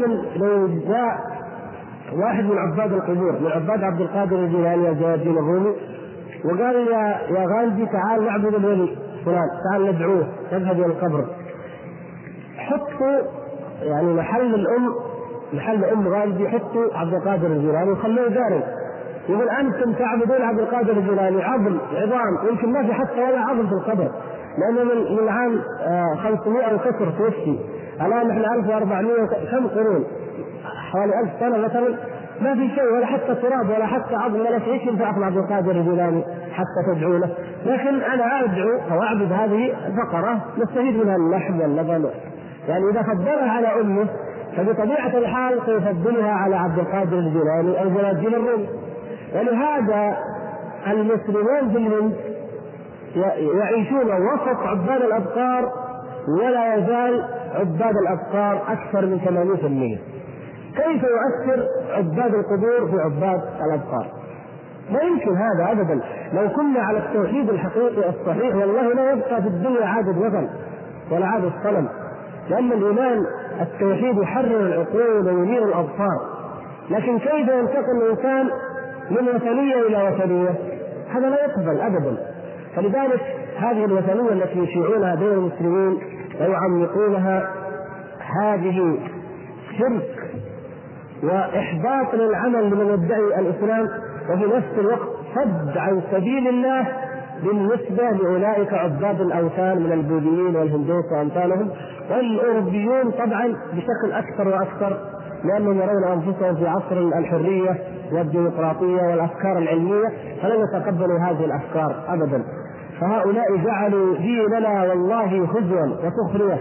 واحد من عباد القبور، من عباد عبد القادر الجيلاني وجلال الدين الرومي، وقال يا غاندي تعال نعبد الولي فلان، تعال ندعوه، نذهب الى القبر، حطوا يعني محل ام غاندي، حطوا عبد القادر الجيلاني وخلوه جاري. يقول أنتم تعبدون عبد القادر الجيلاني، عظم عظام، يمكن ما في حتى ولا عظم في القبر، لأنه من عام 500 وكسر توفي، الآن نحن 1400 كم قرون، حوالي 1000 سنة مثلا، ما في شيء ولا حتى تراب ولا حتى عظم ولا شيء ينفع عبد القادر الجيلاني حتى تدعو له. لكن أنا أدعو أو أعبد هذه البقرة نستفيد منها اللحم واللبن. يعني إذا فضلها على أمه فبطبيعة الحال سيفضلها على عبد القادر الجيلاني أو جلال الدين الرومي. ولهذا المسلمون في الهند يعيشون وسط عباد الأبقار، ولا يزال عباد الأبقار أكثر من 80%. كيف يؤثر عباد القبور في عباد الأبقار؟ لا يمكن هذا أبدا. لو كنا على التوحيد الحقيقي الصحيح والله لا يبقى في الدنيا عابد وثن ولا عابد صنم، لأن الإيمان التوحيد يحرر العقول وينير الأبصار. لكن كيف ينتقل الإنسان من وثنية إلى وثنية؟ هذا لا يقبل أبدا. فلذلك هذه الوثنية التي يشيعونها بين المسلمين ويعمقونها هذه شرك وإحباط للعمل لمن يدعي الإسلام، وفي نفس الوقت صد عن سبيل الله بالنسبة لأولئك عباد الأوثان من البوذيين والهندوس وأمثالهم، والأوروبيون طبعا بشكل أكثر وأكثر، لأنهم يرون أنفسهم في عصر الحرية والديمقراطية والأفكار العلمية، فلن يتقبلوا هذه الأفكار أبدا. فهؤلاء جعلوا ديننا والله خزوا وسخرية،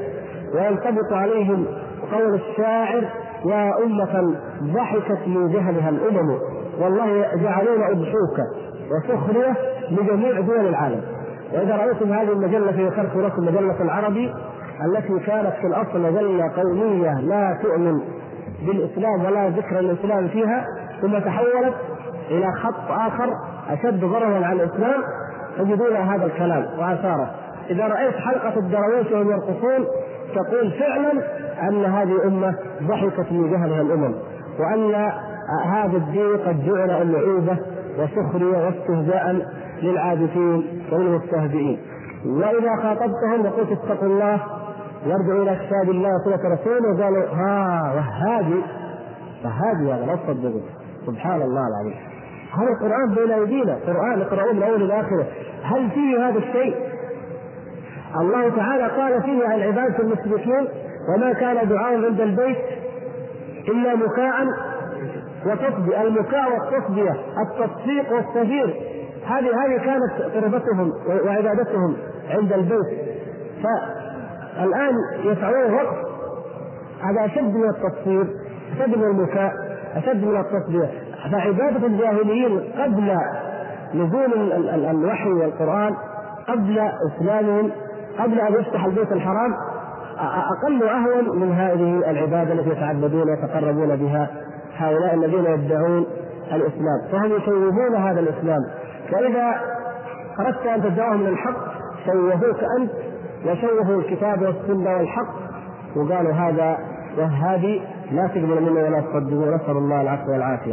وينطبق عليهم قول الشاعر: يا أمة ضحكت من جهلها الأمم، والله جعلون أضحوك وسخرية لجميع دول العالم. وإذا رأيتم هذه المجلة فذكرت لكم مجلة العربي التي كانت في الأصل مجلة قومية لا تؤمن بالإسلام ولا ذكر الإسلام فيها، ثم تحولت إلى خط آخر أشد ضررا على الإسلام، تجدون هذا الكلام وآثاره. إذا رأيت حلقة الدرويش وهم يرقصون تقول فعلا أن هذه الأمة ضحكت من جهلها الأمم، وأن هذا الدين قد جعل ألعوبة وسخرية واستهزاء للعابثين وللمستهزئين. وإذا خاطبتهم وقلت اتقوا الله وارجعوا إلى كتاب الله وسنة رسوله قالوا وهذه هذا لا تصدقوا. سبحان الله العظيم، هذا القرآن بين أيدينا، قرآن اقرأوه من أول إلى آخره، هل فيه هذا الشيء؟ الله تعالى قال فيه عن عبادة المشركين: وما كان دعاء عند البيت إلا مكاء وتصدية. المكاء والتصدية، التصفيق والتهجير، هذه كانت قربتهم وعبادتهم عند البيت. فالآن يفعلون وقف، هذا أشد من التصفير، أشد من المكاء، أشد من التصدية. فعبادة الجاهليين قبل نزول الوحي والقرآن، قبل إسلامهم، قبل أن يفتح البيت الحرام، أقل وأهون من هذه العبادة التي يتعبدون ويتقربون بها هؤلاء الذين يدعون الإسلام، فهم يشوهون هذا الإسلام. فإذا أردت أن تدعوهم من الحق شوهوك أنت وشوهوا الكتاب والسنة والحق، وقالوا هذا وهذه لا تقبل منه ولا تصدقوا، نسأل الله العفو والعافية.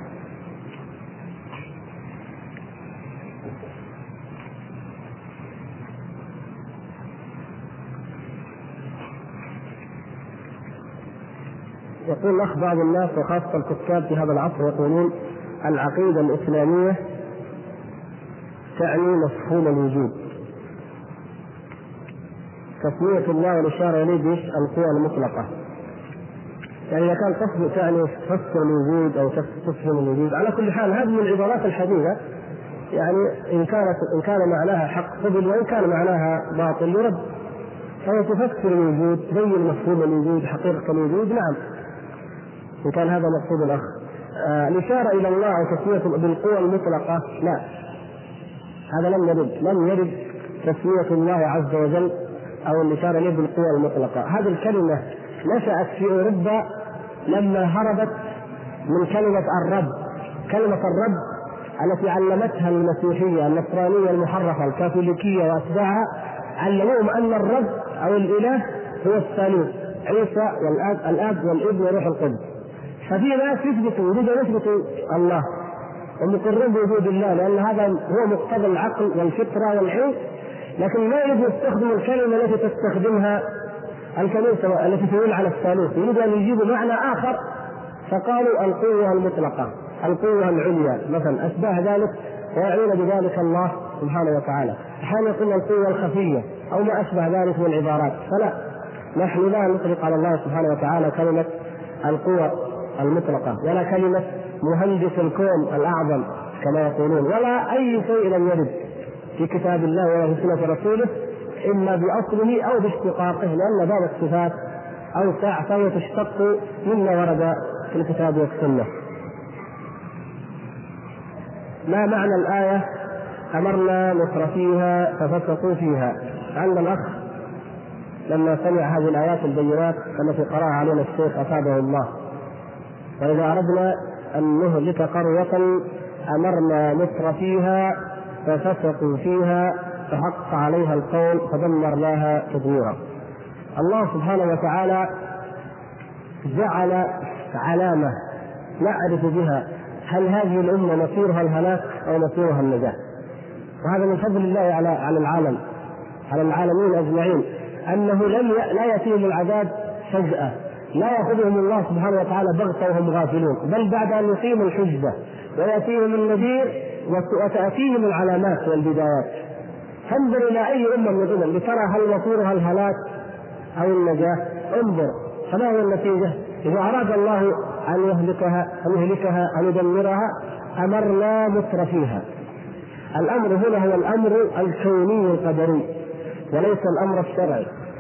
يقول الأخ: بعض الناس وخاصة الكتاب في هذا العصر يقولون العقيدة الإسلامية تعني مفهوم الوجود، تسمية الله والإشارة إليه بالقوى المطلقة. يعني إذا كان قصد تعني تفسر الوجود أو تفهم الوجود، على كل حال هذه من العبارات الحديثة، يعني إن كان معناها حق قبل، وإن كان معناها باطل يرد. فهي تفسر الوجود، تبين مفهوم الوجود، حقيقة الوجود، نعم، إن كان هذا مقصود الأخ. الإشارة إلى الله أو تسمية بالقوى المطلقة لا، هذا لم يرد تسمية الله عز وجل أو الإشارة إليه بالقوى المطلقة. هذه الكلمة نشأت في أوروبا لما هربت من كلمة الرب. كلمة الرب التي علمتها المسيحية النصرانية المحرفة الكاثوليكية وأتباعها، علموهم أن الرب أو الإله هو الثالوث، عيسى والآب والابن وروح القدس. ففي ناس يثبتوا الله ومقرون بوجود الله، لأن هذا هو مقتضى العقل والفطرة والعلم، لكن لا يريد يستخدم الكلمة التي تستخدمها الكنيسة التي تدل على الثالوث، يريد أن يجيبوا معنى آخر، فقالوا القوة المطلقة، القوة العليا مثلا، أشباه ذلك، ويعنون بذلك الله سبحانه وتعالى. أحيانا يقول القوة الخفية أو ما أشبه ذلك من العبارات. فلا، نحن لا نطلق على الله سبحانه وتعالى كلمة القوة المطلقة، ولا كلمة مهندس الكون الأعظم كما يقولون، ولا أي شيء لم يرد في كتاب الله ولا في سنة رسوله إما بأصله أو باشتقاقه، لأن باب الصفات أوسع، فهي تشتق مما ورد في الكتاب والسنة. ما معنى الآية أمرنا مترفيها ففسقوا فيها؟ عند الأخ لما سمع هذه الآيات البينات التي قرأها علينا الشيخ أفاده الله: وإذا أردنا أن نهلك قرية أمرنا مترفيها ففسقوا فيها فحق عليها القول فدمرناها تدميرا. الله سبحانه وتعالى جعل علامة نعرف بها هل هذه الأمة مصيرها الهلاك أو مصيرها النجاة، وهذا من فضل الله على العالم، على العالمين أجمعين، أنه لا يأتيهم العذاب فجأة، لا يأخذهم الله سبحانه وتعالى بغتة وهم غافلون، بل بعد أن يقيم الحجة ويأتيهم النذير وتأتيهم العلامات والبدايات. فانظر إلى أي أمة من الأمم لترى هل مصيرها الهلاك أو النجاة. انظر فما هي النتيجة؟ إذا أراد الله أن يهلكها أن يدمرها أمرنا مترفيها. الأمر هنا هو الأمر الكوني القدري وليس الأمر الشرعي.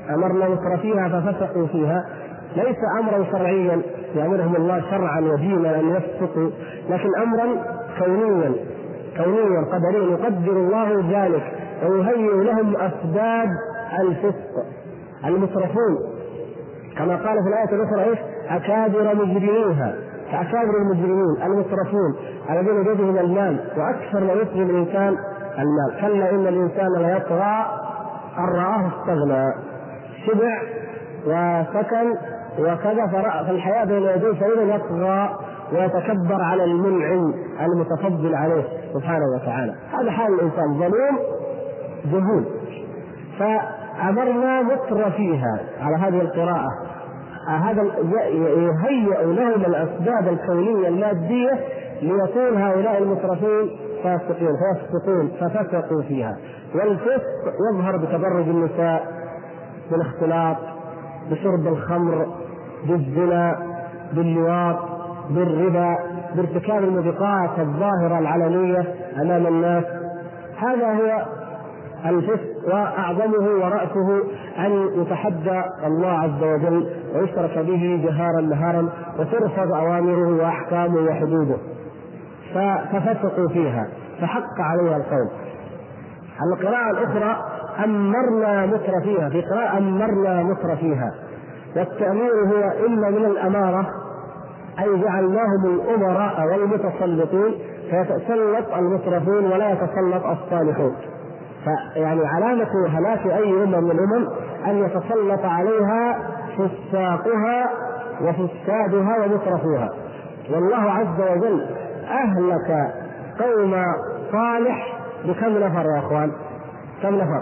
أمرنا مترفيها ففسقوا فيها ليس أمرا شرعيا يأمرهم الله شرعا ودينا أن يفسقوا، لكن أمرا كونيا قدريا يقدر الله ذلك ويهيئ لهم أسباب الفسق. المترفون كما قال في الآية الأخرى أكابر مجرميها، فأكابر المجرمين المترفون الذين بيدهم المال وأكثر ما يطغي الإنسان المال. كلا إن الإنسان ليطغى أن رآه استغنى، شبع وسكن وكذا فالحياة بين يديه فإذا يطغى ويتكبر على المنعم المتفضل عليه سبحانه وتعالى. هذا حال الإنسان ظلوم جهول. فأمرنا مترفيها على هذه القراءة، هذا يهيئ لهم الأسباب الكونية المادية ليكون هؤلاء المترفين فيفسقون ففسقوا فيها. والفسق يظهر بتبرج النساء، بالاختلاط، بشرب الخمر، بالزنا، باللواط، بالربا، بارتكاب الموبقات الظاهرة العلنية أمام الناس. هذا هو الفسق، وأعظمه ورأسه أن يتحدى الله عز وجل ويشرك به جهارا نهارا وترفض أوامره وأحكامه وحدوده، ففسقوا فيها فحق عليها القول. القراءة الأخرى أمرنا مترفيها، في قراءة أمرنا مترفيها، والتأمير هو إما من الأمارة أي جعلناهم الأمراء والمتسلطين فيتسلط المترفون ولا يتسلط الصالحون. فيعني علامة هلاك أي أمة من الأمم أن يتسلط عليها فساقها وفسادها ومترفوها. والله عز وجل أهلك قوم صالح بكم نفر يا أخوان؟ كم نفر؟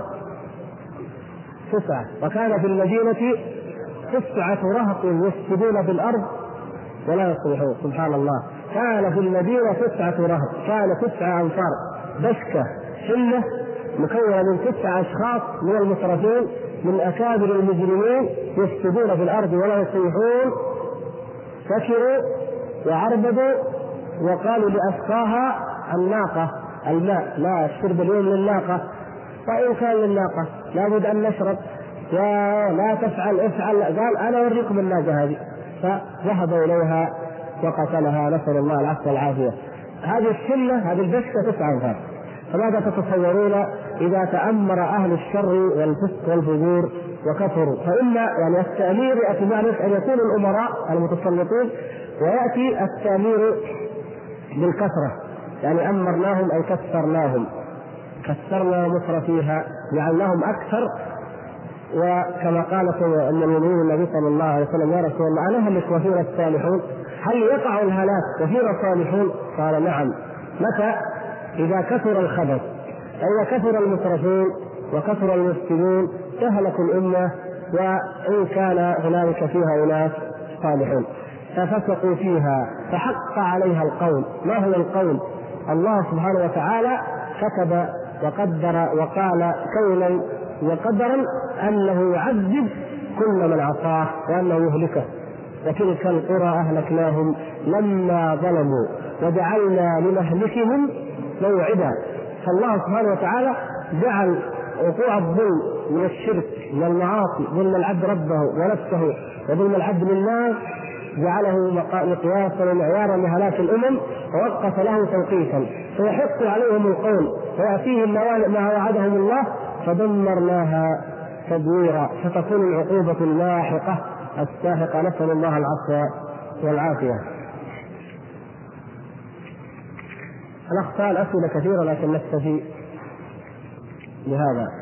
9. وكان في المدينة 9 رهط يفسدون في الأرض ولا يصلحون. سبحان الله، كان في المدينة 9 رهط، كان 9 أنفار بشكة حلة مكونة من 9 أشخاص من المترفين من أكابر المجرمين يفسدون في الأرض ولا يصلحون. فكروا وعربدوا وقالوا لأسقاها الناقة الماء، لا الشرب اليوم للناقة، وإن كان للناقة لابد أن نشرب، ولا تفعل افعل، قال أنا أوريكم الناقة هذه، فذهب إليها وقتلها، نسأل الله العفو والعافية. هذه الشلة، هذه البشكة 9 أنفار. فماذا تتصورون إذا تأمر أهل الشر والفسق والفجور وكفروا؟ فإن يعني التأمير يأتي معنى أن يكون الأمراء المتسلطين، ويأتي التأمير بالكثرة، يعني أمرناهم أي كثرناهم، كثرنا مترفيها جعلناهم أكثر. وكما قالت المؤمنين النبي صلى الله عليه وسلم يا رسول الله أنا هلك وفينا الصالحون، هل يقع الهلاك وفينا صالحون؟ قال نعم. متى؟ إذا كثر الخبث، إذا كثر المترفين وكثر المفسدون تهلك الأمة، وإن كان هنالك فيها أناس صالحون. ففسقوا فيها فحق عليها القول. ما هو القول؟ الله سبحانه وتعالى كتب وقدر وقال كونا وقدرا أنه يعذب كل من عصاه وأنه يهلكه. وتلك القرى أهلكناهم لما ظلموا وجعلنا لمهلكهم موعدا. فالله سبحانه وتعالى جعل وقوع الظلم من الشرك من المعاصي، ظلم العبد ربه ونفسه وظلم العبد لله، جعله مقياسا ومعيارا لهلاك الأمم، ووقف له توقيتا، فيحق عليهم القول ويأتيهم ما وعدهم الله فدمرناها تدميرا، فتكون العقوبة اللاحقة الساحقة. نسأل الله العفو والعافية. الأخطاء الأسئلة كثيرة لكن نكتفي بهذا.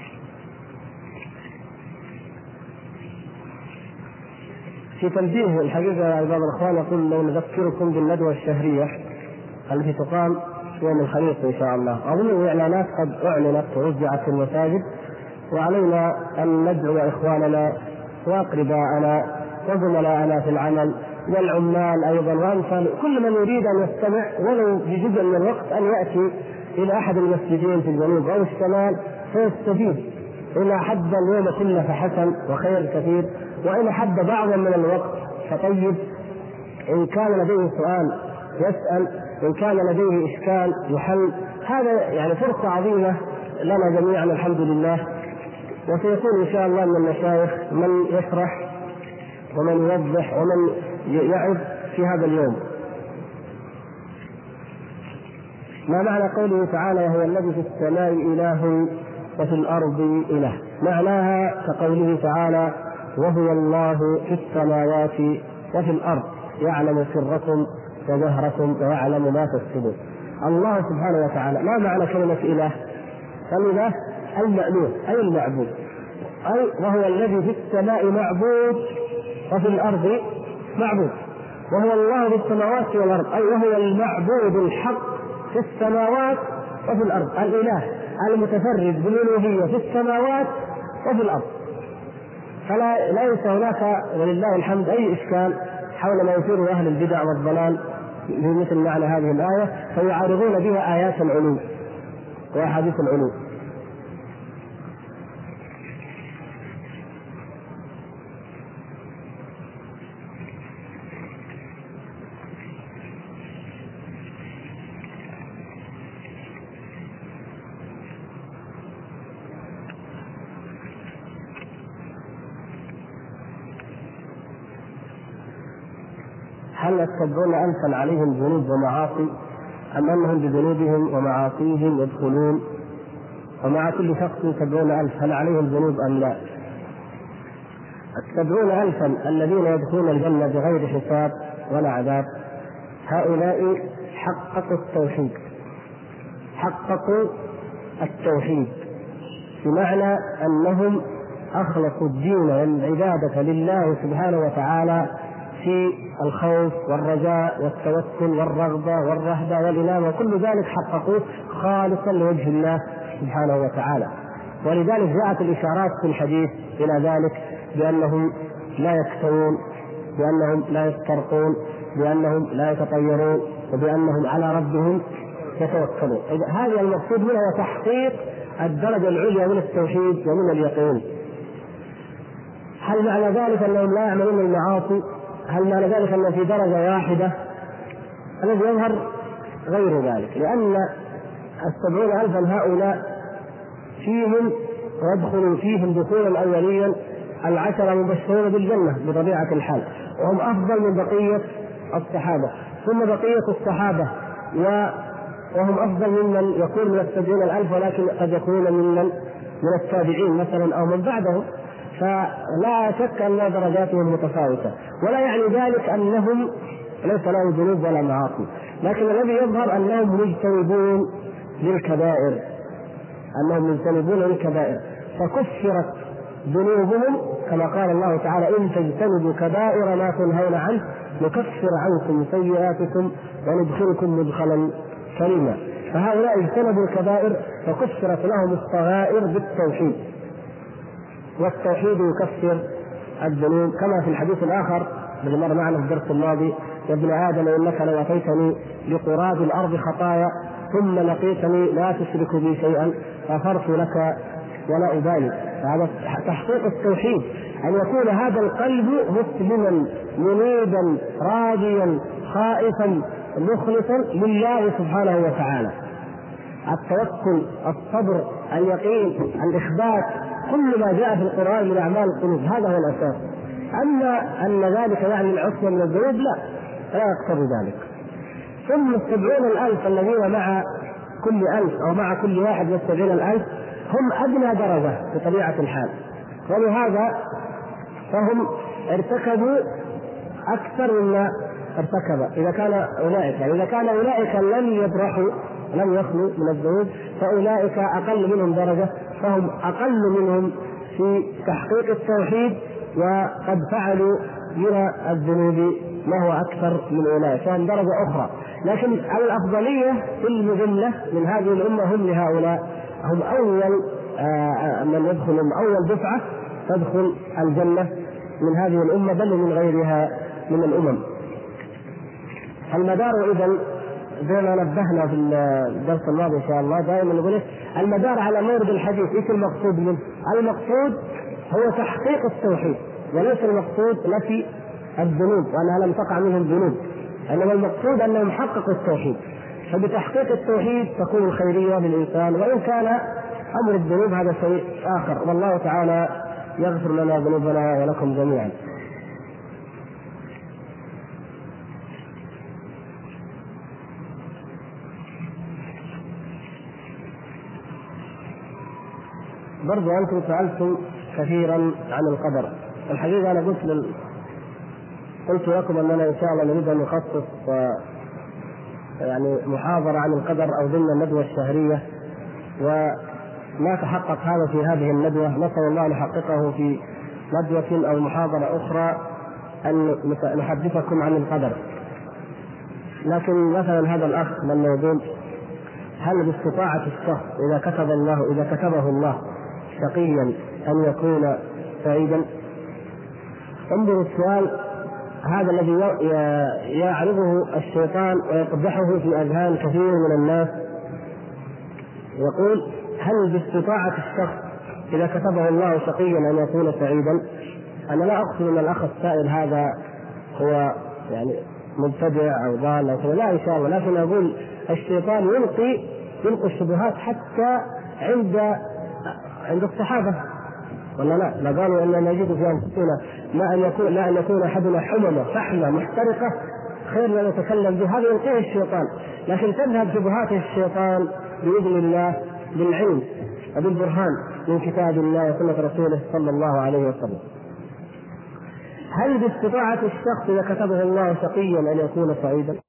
في تنبيه الحقيقة يا بعض الأخوان، يقول لو نذكركم بالندوة الشهرية التي تقام يوم الخميس إن شاء الله. أظن الإعلانات قد أعلنت ووزعت في المساجد، وعلينا أن ندعو إخواننا وأقرباءنا وزملائنا في العمل والعمال أيضا وأمثال كل من يريد أن يستمع ولو بجزء من الوقت أن يأتي إلى أحد المسجدين في الجنوب أو الشمال فيستفيد. إن أحب اليوم كله فحسن وخير كثير، وإن أحب بعضا من الوقت فطيب. إن كان لديه سؤال يسأل، إن كان لديه إشكال يحل. هذا يعني فرصة عظيمة لنا جميعا الحمد لله، وسيكون إن شاء الله من المشايخ من يشرح ومن يوضح ومن يعظ في هذا اليوم. ما معنى قوله تعالى وهو الذي في السماء إله وفي الأرض إله؟ معناها كقوله تعالى وهو الله في السماوات وفي الأرض يعلم سركم وجهركم ويعلم ما تكسبون. الله سبحانه وتعالى. ما معنى كلمة إله؟ الإله المألوه أي المعبود، أي وهو الذي في السماء معبود وفي الأرض معبود، وهو الله في السماوات والأرض أي وهو المعبود الحق في السماوات وفي الأرض، الإله المتفرد بالألوهية في السماوات وفي الأرض. فلا ليس هناك ولله الحمد أي إشكال حول ما يثير أهل البدع والضلال بمثل معنى هذه الآية، فيعارضون بها آيات العلو وأحاديث العلو. هل يتبعون ألفا عليهم ذنوب ومعاصي أم أنهم بذنوبهم ومعاصيهم يدخلون، ومع كل شخص يتبعون ألف هل عليهم ذنوب أم لا؟ التبعون ألفا الذين يدخلون الجنة بغير حساب ولا عذاب هؤلاء حققوا التوحيد، حققوا التوحيد بمعنى أنهم أخلصوا الدين والعبادة لله سبحانه وتعالى في الخوف والرجاء والتوكل والرغبة والرهبة والإنابة، وكل ذلك حققوه خالصا لوجه الله سبحانه وتعالى. ولذلك جاءت الإشارات في الحديث إلى ذلك بأنهم لا يكتوون، بأنهم لا يسترقون، بأنهم لا يتطيرون، وبأنهم على ربهم يتوكلون. هذا المقصود منه هو تحقيق الدرجة العليا من التوحيد ومن اليقين. هل معنى ذلك أنهم لا يعملون المعاصي؟ هل معنى ذلك أنه في درجة واحدة؟ الذي يظهر غير ذلك، لأن 70,000 هؤلاء فيهم ويدخل فيهم دخولا أوليا 10 مبشرون بالجنة بطبيعة الحال، وهم أفضل من بقية الصحابة، ثم بقية الصحابة وهم أفضل ممن يكون من 70,000 ولكن قد يكون من التابعين مثلا أو من بعدهم، فلا شك أن درجاتهم متفاوتة. ولا يعني ذلك أنهم ليس لهم ذنوب ولا معاصي، لكن الذي يظهر أنهم مجتنبون للكبائر، أنهم مجتنبون للكبائر، فكفرت ذنوبهم كما قال الله تعالى إن تجتنبوا كبائر ما تنهون عنه نكفر عنكم سيئاتكم وندخلكم مدخلا كريما. فهؤلاء اجتنبوا الكبائر فكفرت لهم الصغائر بالتوحيد، والتوحيد يكفر الذنوب كما في الحديث الآخر الذي مر معنا في الدرس الماضي يا ابن آدم إنك لو أتيتني بقراب الأرض خطايا ثم لقيتني لا تشرك بي شيئا غفرت لك ولا أبالي. هذا تحقيق التوحيد، أن يكون هذا القلب مسلما منيبا راضيا خائفا مخلصا لله سبحانه وتعالى. التوكل، الصبر، اليقين، الإخبات، كل ما جاء في القرآن من أعمال القلوب هذا هو الأساس. أما أن ذلك يعني العصمة من الذنوب لا يقتضي ذلك. ثم 70,000 الذين مع كل 1000 أو مع كل واحد من 70,000 هم أدنى درجة بطبيعة الحال، ولهذا فهم ارتكبوا أكثر مما ارتكب. إذا كان أولئك لم يبرحوا لم يخلوا من الذنوب فأولئك أقل منهم درجة، فهم أقل منهم في تحقيق التوحيد وقد فعلوا من الذنوب ما هو أكثر من أولئك، فهم درجة أخرى. لكن الأفضلية في الجملة من هذه الأمة هم لهؤلاء، هم أول من يدخلون أول دفعة تدخل الجنة من هذه الأمة بل من غيرها من الأمم. المدار إذن زي ما نبهنا في الدرس الماضي إن شاء الله دائما نقول المدار على مورد الحديث. إيش المقصود منه؟ المقصود هو تحقيق التوحيد، وليس المقصود نفي الذنوب وأنها لم تقع منهم ذنوب، إنما المقصود أنهم حققوا التوحيد. فبتحقيق التوحيد تكون الخيرية للإنسان، وإن كان أمر الذنوب هذا شيء آخر، والله تعالى يغفر لنا ذنوبنا ولكم جميعا. برضو أنتم سألتم كثيرا عن القدر. الحقيقة أنا قلت لكم أننا إن شاء الله نريد أن نخصص يعني محاضرة عن القدر أو ضمن الندوة الشهرية، وما تحقق هذا في هذه الندوة. نسأل الله أن يحققه في ندوة أو محاضرة أخرى أن نحدثكم عن القدر. لكن مثلا هذا الأخ من يقول: هل باستطاعة الشخص إذا كتبه الله شقيا أن يكون سعيدا؟ انظروا السؤال هذا الذي يعرضه الشيطان ويقدحه في أذهان كثير من الناس. يقول: هل باستطاعة الشخص إذا كتبه الله شقيا أن يكون سعيدا؟ أنا لا أقصد أن الأخ السائل هذا هو يعني مبتدع أو ضال أو كذا، لا إن شاء الله، لكن أقول الشيطان يلقي الشبهات حتى عند الصحابة، ولا لا قالوا أن نجد في أنفسنا لا أن يكون أحدنا حممة فحمة محترقة خير من يتكلم به. هذا يلقيه الشيطان، لكن تذهب شبهات الشيطان بإذن الله بالعلم وبالبرهان من كتاب الله وسنة رسوله صلى الله عليه وسلم. هل باستطاعة الشخص إذا كتبه الله شقيا أن يكون سعيدا؟